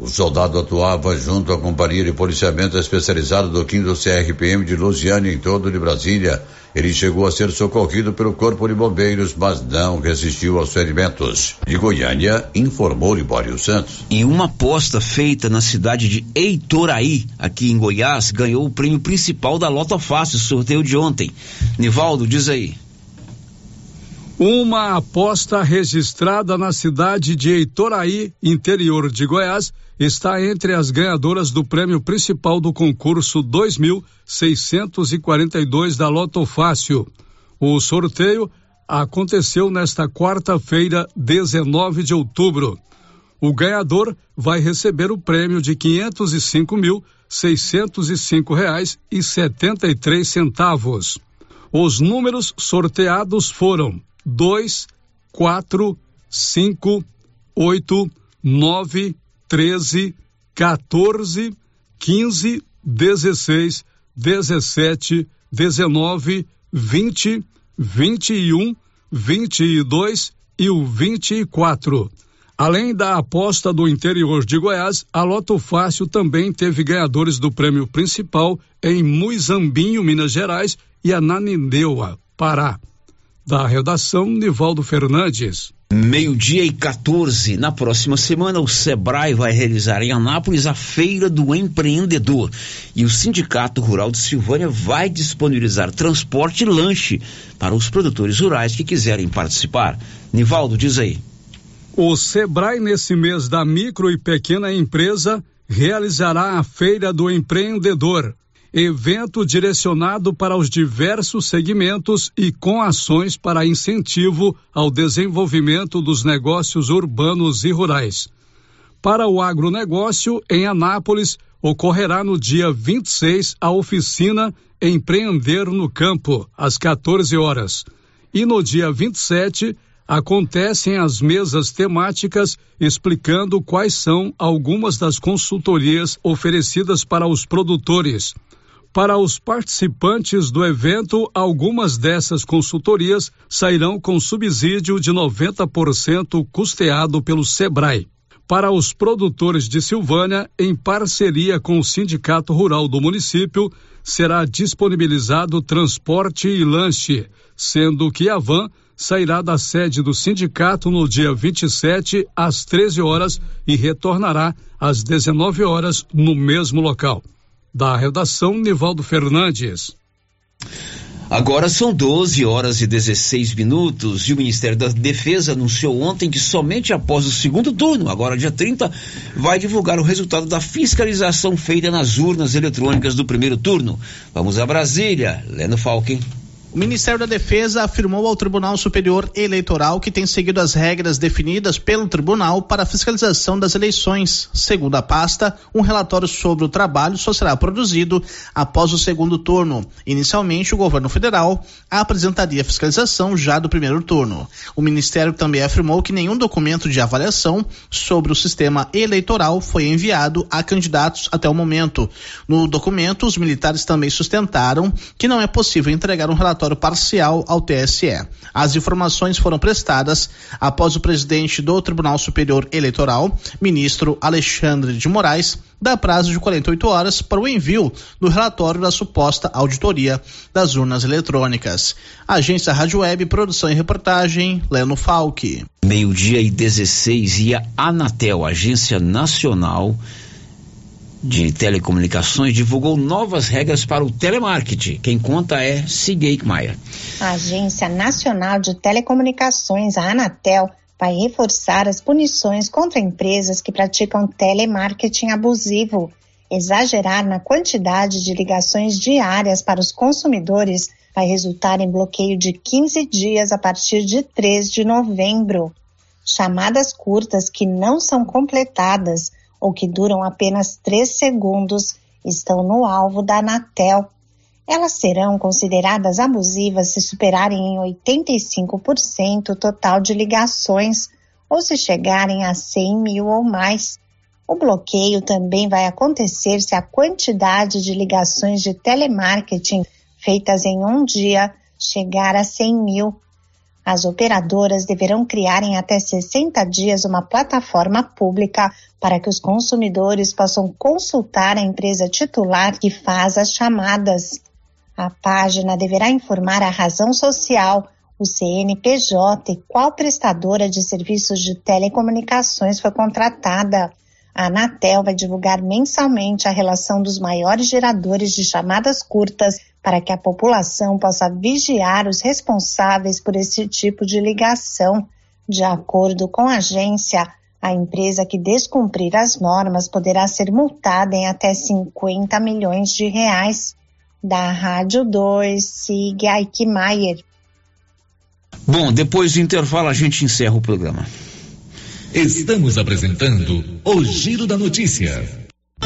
O soldado atuava junto à Companhia de Policiamento Especializado do 5º CRPM de Lusiânia, em torno de Brasília. Ele chegou a ser socorrido pelo Corpo de Bombeiros, mas não resistiu aos ferimentos. De Goiânia, informou Libório Santos. E uma aposta feita na cidade de Heitoraí, aqui em Goiás, ganhou o prêmio principal da Loto Fácil, sorteio de ontem. Nivaldo, diz aí. Uma aposta registrada na cidade de Heitoraí, interior de Goiás, está entre as ganhadoras do prêmio principal do concurso 2.642 da Loto Fácil. O sorteio aconteceu nesta quarta-feira, 19 de outubro. O ganhador vai receber o prêmio de R$ 505.605,73. Os números sorteados foram 2, 4, 5, 8, 9, 13, 14, 15, 16, 17, 19, 20, 21, 22 e o 24. Além da aposta do interior de Goiás, a Loto Fácil também teve ganhadores do prêmio principal em Muizambinho, Minas Gerais, e Ananindeua, Pará. Da redação, Nivaldo Fernandes. 12:14. Na próxima semana, o Sebrae vai realizar em Anápolis a Feira do Empreendedor. E o Sindicato Rural de Silvânia vai disponibilizar transporte e lanche para os produtores rurais que quiserem participar. Nivaldo, diz aí. O Sebrae, nesse mês da micro e pequena empresa, realizará a Feira do Empreendedor. Evento direcionado para os diversos segmentos e com ações para incentivo ao desenvolvimento dos negócios urbanos e rurais. Para o agronegócio, em Anápolis, ocorrerá no dia 26 a oficina Empreender no Campo, às 14 horas. E no dia 27, acontecem as mesas temáticas explicando quais são algumas das consultorias oferecidas para os produtores. Para os participantes do evento, algumas dessas consultorias sairão com subsídio de 90% custeado pelo Sebrae. Para os produtores de Silvânia, em parceria com o Sindicato Rural do município, será disponibilizado transporte e lanche, sendo que a van sairá da sede do sindicato no dia 27 às 13 horas e retornará às 19 horas no mesmo local. Da redação, Nivaldo Fernandes. Agora são 12:16 e o Ministério da Defesa anunciou ontem que somente após o segundo turno, agora dia 30, vai divulgar o resultado da fiscalização feita nas urnas eletrônicas do primeiro turno. Vamos a Brasília, Leno Falken. O Ministério da Defesa afirmou ao Tribunal Superior Eleitoral que tem seguido as regras definidas pelo tribunal para a fiscalização das eleições. Segundo a pasta, um relatório sobre o trabalho só será produzido após o segundo turno. Inicialmente, o governo federal apresentaria a fiscalização já do primeiro turno. O Ministério também afirmou que nenhum documento de avaliação sobre o sistema eleitoral foi enviado a candidatos até o momento. No documento, os militares também sustentaram que não é possível entregar um relatório parcial ao TSE. As informações foram prestadas após o presidente do Tribunal Superior Eleitoral, ministro Alexandre de Moraes, dar prazo de 48 horas para o envio do relatório da suposta auditoria das urnas eletrônicas. Agência Rádio Web, produção e reportagem, Leno Falck. 12:16 e a Anatel, Agência Nacional de Telecomunicações, divulgou novas regras para o telemarketing. Quem conta é Sigeik Maia. A Agência Nacional de Telecomunicações, a Anatel, vai reforçar as punições contra empresas que praticam telemarketing abusivo. Exagerar na quantidade de ligações diárias para os consumidores vai resultar em bloqueio de 15 dias a partir de 3 de novembro. Chamadas curtas que não são completadas ou que duram apenas 3 segundos, estão no alvo da Anatel. Elas serão consideradas abusivas se superarem em 85% o total de ligações ou se chegarem a 100 mil ou mais. O bloqueio também vai acontecer se a quantidade de ligações de telemarketing feitas em um dia chegar a 100 mil. As operadoras deverão criar em até 60 dias uma plataforma pública para que os consumidores possam consultar a empresa titular que faz as chamadas. A página deverá informar a razão social, o CNPJ e qual prestadora de serviços de telecomunicações foi contratada. A Anatel vai divulgar mensalmente a relação dos maiores geradores de chamadas curtas para que a população possa vigiar os responsáveis por esse tipo de ligação. De acordo com a agência, a empresa que descumprir as normas poderá ser multada em até 50 milhões de reais. Da Rádio 2, Sig Aikmaier. Bom, depois do intervalo a gente encerra o programa. Estamos apresentando o Giro da Notícia.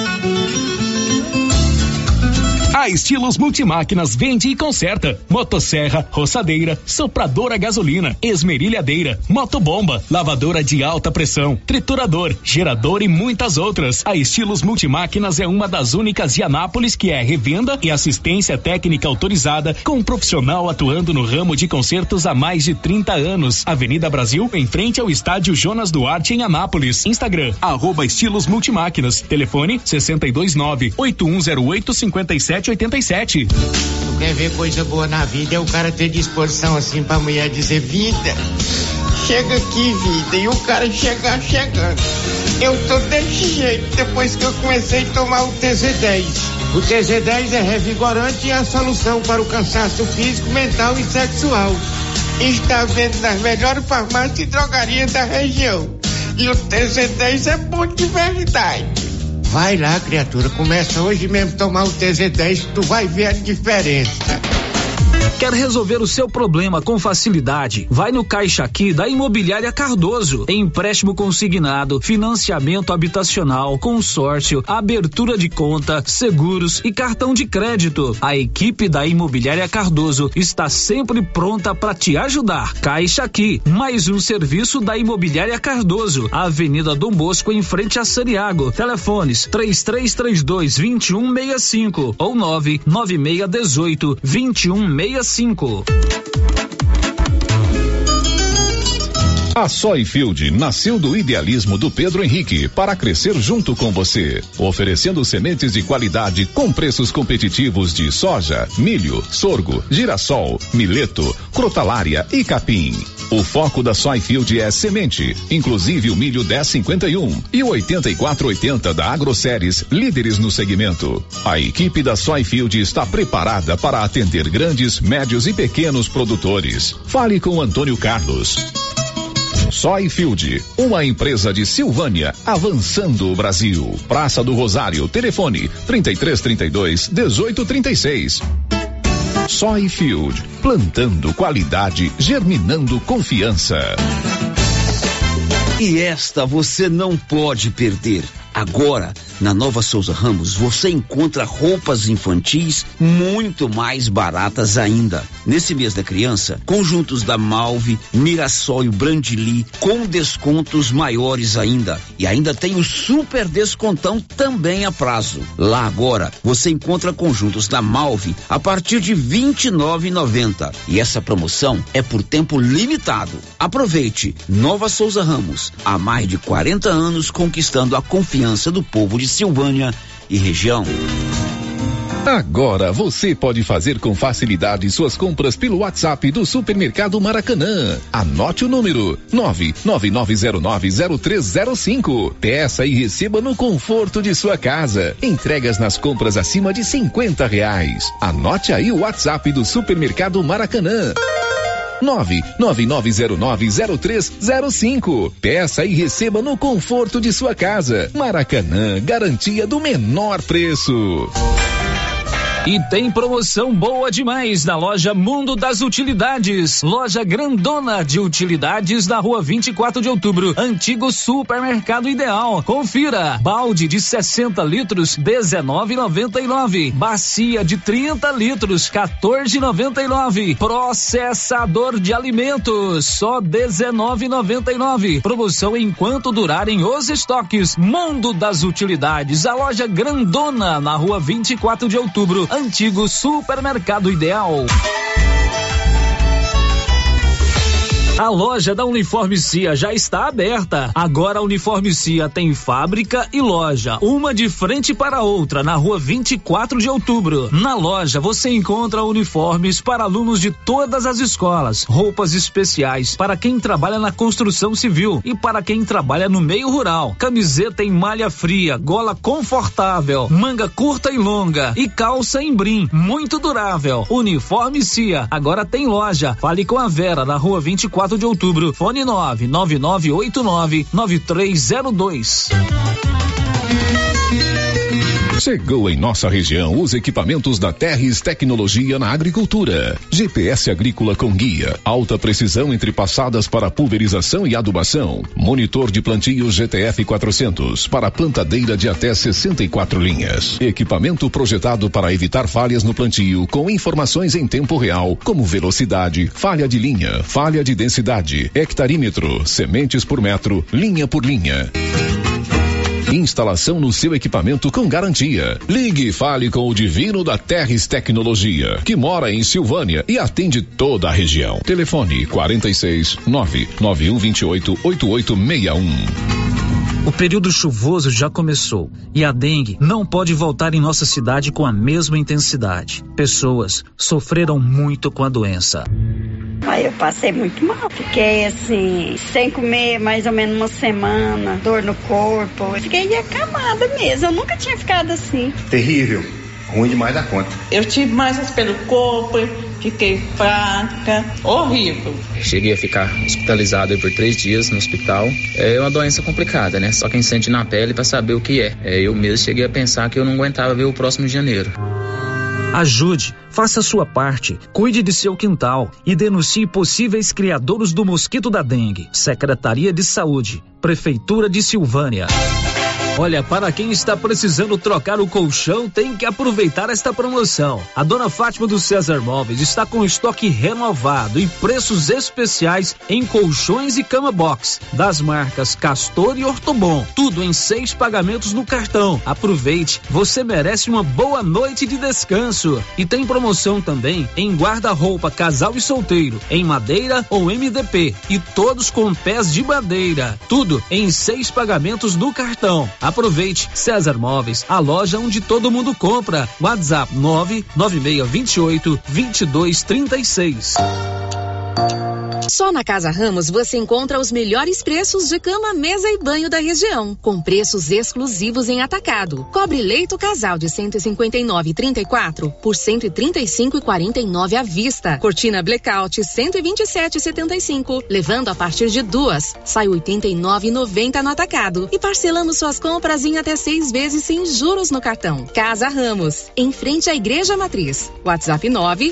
A Estilos Multimáquinas vende e conserta motosserra, roçadeira, sopradora gasolina, esmerilhadeira, motobomba, lavadora de alta pressão, triturador, gerador e muitas outras. A Estilos Multimáquinas é uma das únicas de Anápolis que é revenda e assistência técnica autorizada com um profissional atuando no ramo de consertos há mais de 30 anos. Avenida Brasil, em frente ao estádio Jonas Duarte em Anápolis. Instagram, @Estilos Multimáquinas. Telefone 629-8108-5787. Tu quer ver coisa boa na vida, é o cara ter disposição assim pra mulher dizer: vida, chega aqui, vida, e o cara chegar chegando. Eu tô desse jeito depois que eu comecei a tomar o TZ10. O TZ10 é revigorante e a solução para o cansaço físico, mental e sexual. Está vendo nas melhores farmácias e drogarias da região. E o TZ10 é bom de verdade. Vai lá, criatura, começa hoje mesmo a tomar o TZ10, tu vai ver a diferença. Quer resolver o seu problema com facilidade? Vai no Caixa Aqui da Imobiliária Cardoso. Empréstimo consignado, financiamento habitacional, consórcio, abertura de conta, seguros e cartão de crédito. A equipe da Imobiliária Cardoso está sempre pronta para te ajudar. Caixa Aqui, mais um serviço da Imobiliária Cardoso. Avenida Dom Bosco, em frente a Santiago. Telefones 3332-2165 ou 99618-2165. A Soyfield nasceu do idealismo do Pedro Henrique para crescer junto com você, oferecendo sementes de qualidade com preços competitivos de soja, milho, sorgo, girassol, mileto, crotalária e capim. O foco da Soyfield é semente, inclusive o milho 1051 e o 8480 da Agroceres, líderes no segmento. A equipe da Soyfield está preparada para atender grandes, médios e pequenos produtores. Fale com Antônio Carlos. Soyfield, uma empresa de Silvânia, avançando o Brasil. Praça do Rosário, telefone 3332-1836. Soyfield, plantando qualidade, germinando confiança. E esta você não pode perder. Agora, na Nova Souza Ramos, você encontra roupas infantis muito mais baratas ainda. Nesse mês da criança, conjuntos da Malve, Mirassol e Brandili com descontos maiores ainda. E ainda tem o super descontão também a prazo. Lá agora, você encontra conjuntos da Malve a partir de R$29,90. E essa promoção é por tempo limitado. Aproveite. Nova Souza Ramos, há mais de 40 anos conquistando a confiança do povo de Silvânia e região. Agora você pode fazer com facilidade suas compras pelo WhatsApp do Supermercado Maracanã. Anote o número 999090305. Peça e receba no conforto de sua casa. Entregas nas compras acima de R$50. Anote aí o WhatsApp do Supermercado Maracanã. 999090305. Peça e receba no conforto de sua casa. Maracanã, garantia do menor preço. E tem promoção boa demais na loja Mundo das Utilidades. Loja grandona de utilidades na rua 24 de outubro. Antigo Supermercado Ideal. Confira. Balde de 60 litros, R$19,99. Bacia de 30 litros, R$14,99. Processador de alimentos, só R$19,99. Promoção enquanto durarem os estoques. Mundo das Utilidades. A loja grandona na rua 24 de outubro. Antigo Supermercado Ideal. A loja da Uniforme Cia já está aberta. Agora a Uniforme Cia tem fábrica e loja, uma de frente para a outra, na rua 24 de outubro. Na loja você encontra uniformes para alunos de todas as escolas, roupas especiais para quem trabalha na construção civil e para quem trabalha no meio rural, camiseta em malha fria, gola confortável, manga curta e longa e calça em brim, muito durável. Uniforme Cia, agora tem loja. Fale com a Vera na rua 24 de outubro, fone 999899302. Chegou em nossa região os equipamentos da Terres Tecnologia na Agricultura. GPS agrícola com guia, alta precisão entre passadas para pulverização e adubação. Monitor de plantio GTF 400 para plantadeira de até 64 linhas. Equipamento projetado para evitar falhas no plantio com informações em tempo real, como velocidade, falha de linha, falha de densidade, hectarímetro, sementes por metro, linha por linha. Instalação no seu equipamento com garantia. Ligue e fale com o Divino da Terres Tecnologia, que mora em Silvânia e atende toda a região. Telefone 46 99128 8861. O período chuvoso já começou e a dengue não pode voltar em nossa cidade com a mesma intensidade. Pessoas sofreram muito com a doença. Aí eu passei muito mal, fiquei assim, sem comer mais ou menos uma semana, dor no corpo, fiquei acamada mesmo, eu nunca tinha ficado assim. Terrível, ruim demais da conta. Eu tive mais pelo corpo, fiquei fraca, horrível. Cheguei a ficar hospitalizado por 3 dias no hospital. É uma doença complicada, né? Só quem sente na pele pra saber o que é. Eu mesmo cheguei a pensar que eu não aguentava ver o próximo de janeiro. Ajude, faça a sua parte, cuide de seu quintal e denuncie possíveis criadouros do mosquito da dengue. Secretaria de Saúde, Prefeitura de Silvânia. Olha, para quem está precisando trocar o colchão, tem que aproveitar esta promoção. A dona Fátima do César Móveis está com estoque renovado e preços especiais em colchões e cama box, das marcas Castor e Ortobon. Tudo em 6 pagamentos no cartão. Aproveite, você merece uma boa noite de descanso. E tem promoção também em guarda-roupa casal e solteiro, em madeira ou MDP. E todos com pés de madeira. Tudo em 6 pagamentos no cartão. Aproveite, César Móveis, a loja onde todo mundo compra. WhatsApp 99628-2236. Só na Casa Ramos você encontra os melhores preços de cama, mesa e banho da região, com preços exclusivos em atacado. Cobre leito casal de 159,34 por 135,49 à vista. Cortina blackout 127,75, levando a partir de 2, sai 89,90 no atacado e parcelamos suas compras em até 6 vezes sem juros no cartão. Casa Ramos, em frente à Igreja Matriz. WhatsApp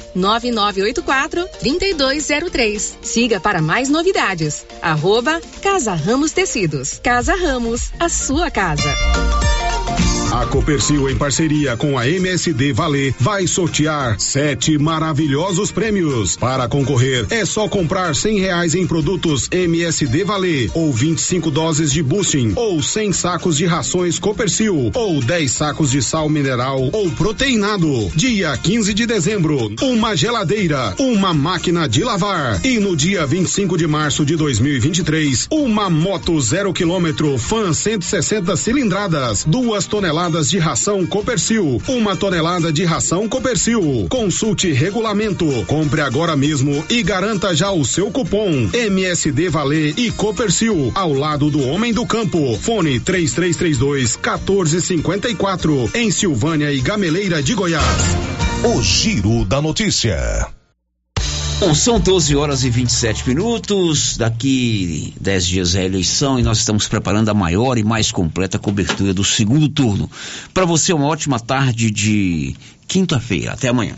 99984-3203. Siga para mais novidades. @Casa Ramos Tecidos. Casa Ramos, a sua casa. A Copercil, em parceria com a MSD Valer, vai sortear 7 maravilhosos prêmios. Para concorrer, é só comprar R$100 em produtos MSD Valer, ou 25 doses de boosting, ou 100 sacos de rações Copercil, ou 10 sacos de sal mineral ou proteinado. Dia 15 de dezembro, uma geladeira, uma máquina de lavar. E no dia 25 de março de 2023, uma moto 0 km Fan 160 cilindradas, 2 toneladas de ração Copercil, 1 tonelada de ração Copercil. Consulte regulamento, compre agora mesmo e garanta já o seu cupom. MSD Valer e Copercil, ao lado do homem do campo. Fone 3332-1454, em Silvânia e Gameleira de Goiás. O Giro da Notícia. Bom, são 12h27. Daqui 10 dias é a eleição e nós estamos preparando a maior e mais completa cobertura do segundo turno. Para você, uma ótima tarde de quinta-feira. Até amanhã.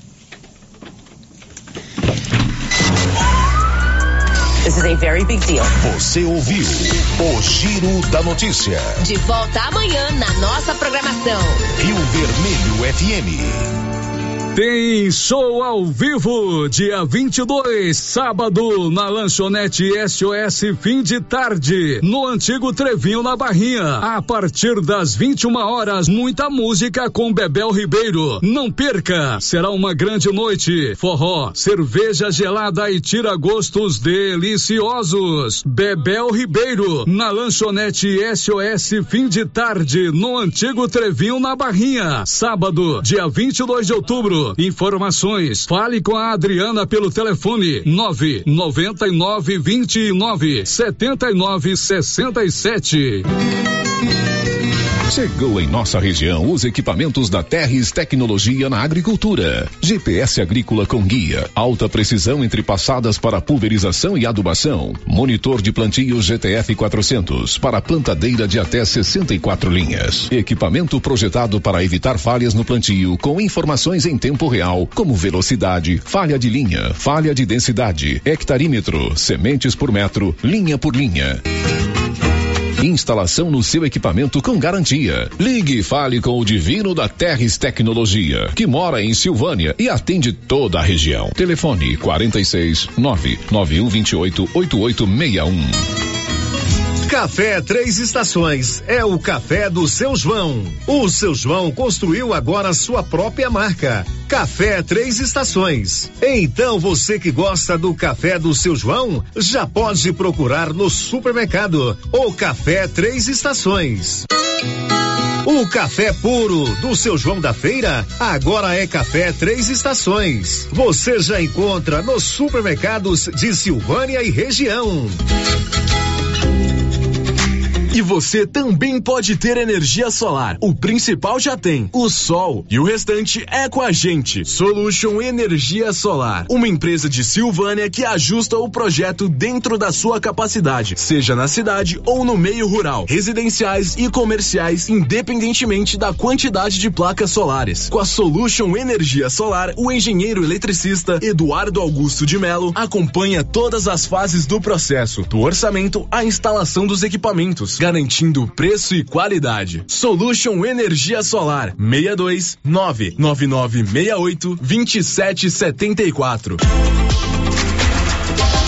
This is a very big deal. Você ouviu o Giro da Notícia. De volta amanhã na nossa programação. Rio Vermelho FM. Tem show ao vivo, dia 22, sábado, na lanchonete SOS fim de tarde, no antigo Trevinho na Barrinha. A partir das 21 horas, muita música com Bebel Ribeiro. Não perca, será uma grande noite. Forró, cerveja gelada e tira-gostos deliciosos. Bebel Ribeiro, na lanchonete SOS fim de tarde, no antigo Trevinho na Barrinha. Sábado, dia 22 de outubro. Informações, fale com a Adriana pelo telefone 999297967. Chegou em nossa região os equipamentos da Terres Tecnologia na Agricultura. GPS agrícola com guia, alta precisão entre passadas para pulverização e adubação. Monitor de plantio GTF 400 para plantadeira de até 64 linhas. Equipamento projetado para evitar falhas no plantio com informações em tempo real, como velocidade, falha de linha, falha de densidade, hectarímetro, sementes por metro, linha por linha. Instalação no seu equipamento com garantia. Ligue e fale com o Divino da Terres Tecnologia, que mora em Silvânia e atende toda a região. Telefone 46 99128 8861. Café Três Estações é o café do seu João. O seu João construiu agora sua própria marca. Café Três Estações. Então você que gosta do café do seu João, já pode procurar no supermercado o Café Três Estações. O café puro do seu João da Feira agora é Café Três Estações. Você já encontra nos supermercados de Silvânia e região. E você também pode ter energia solar. O principal já tem, o sol. E o restante é com a gente. Solution Energia Solar. Uma empresa de Silvânia que ajusta o projeto dentro da sua capacidade. Seja na cidade ou no meio rural. Residenciais e comerciais, independentemente da quantidade de placas solares. Com a Solution Energia Solar, o engenheiro eletricista Eduardo Augusto de Melo acompanha todas as fases do processo. Do orçamento à instalação dos equipamentos, garantindo preço e qualidade. Solution Energia Solar 62 99968 2774.